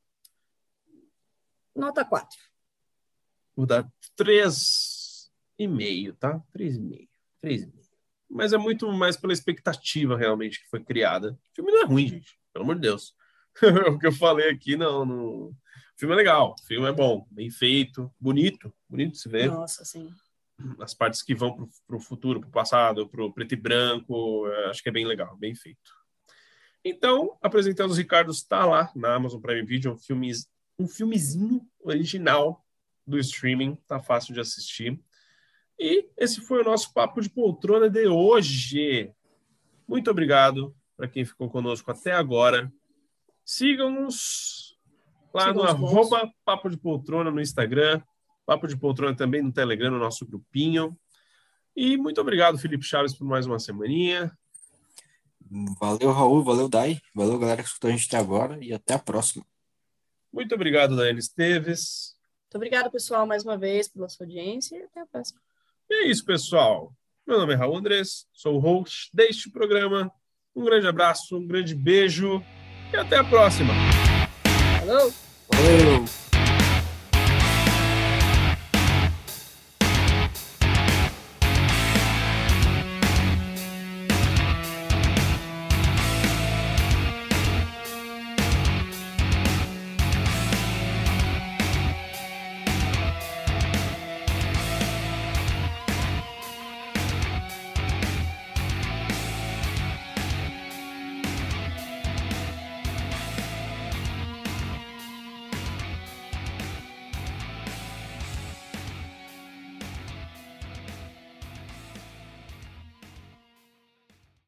Nota quatro.
Vou dar três e meio, tá? Três e meio. Três e meio. Mas é muito mais pela expectativa realmente que foi criada. O filme não é ruim, gente. Pelo amor de Deus. O que eu falei aqui, não, não... O filme é legal. O filme é bom. Bem feito. Bonito. Bonito de se ver.
Nossa, sim.
As partes que vão pro, pro futuro, pro passado, pro preto e branco. Acho que é bem legal. Bem feito. Então, Apresentando os Ricardos está lá na Amazon Prime Video. Um filme... um filmezinho original do streaming, tá fácil de assistir. E esse foi o nosso Papo de Poltrona de hoje. Muito obrigado para quem ficou conosco até agora. Sigam-nos lá
Sigam
no
os bons.
arroba Papo de Poltrona no Instagram, Papo de Poltrona também no Telegram, no nosso grupinho. E muito obrigado, Felipe Chaves, por mais uma semaninha.
Valeu, Raul. Valeu, Dai. Valeu, galera que escutou a gente até agora. E até a próxima.
Muito obrigado, Daiane Esteves.
Muito obrigada, pessoal, mais uma vez pela sua audiência e até a próxima.
E é isso, pessoal. Meu nome é Raul Andrés, sou o host deste programa. Um grande abraço, um grande beijo e até a próxima.
Falou!
Valeu!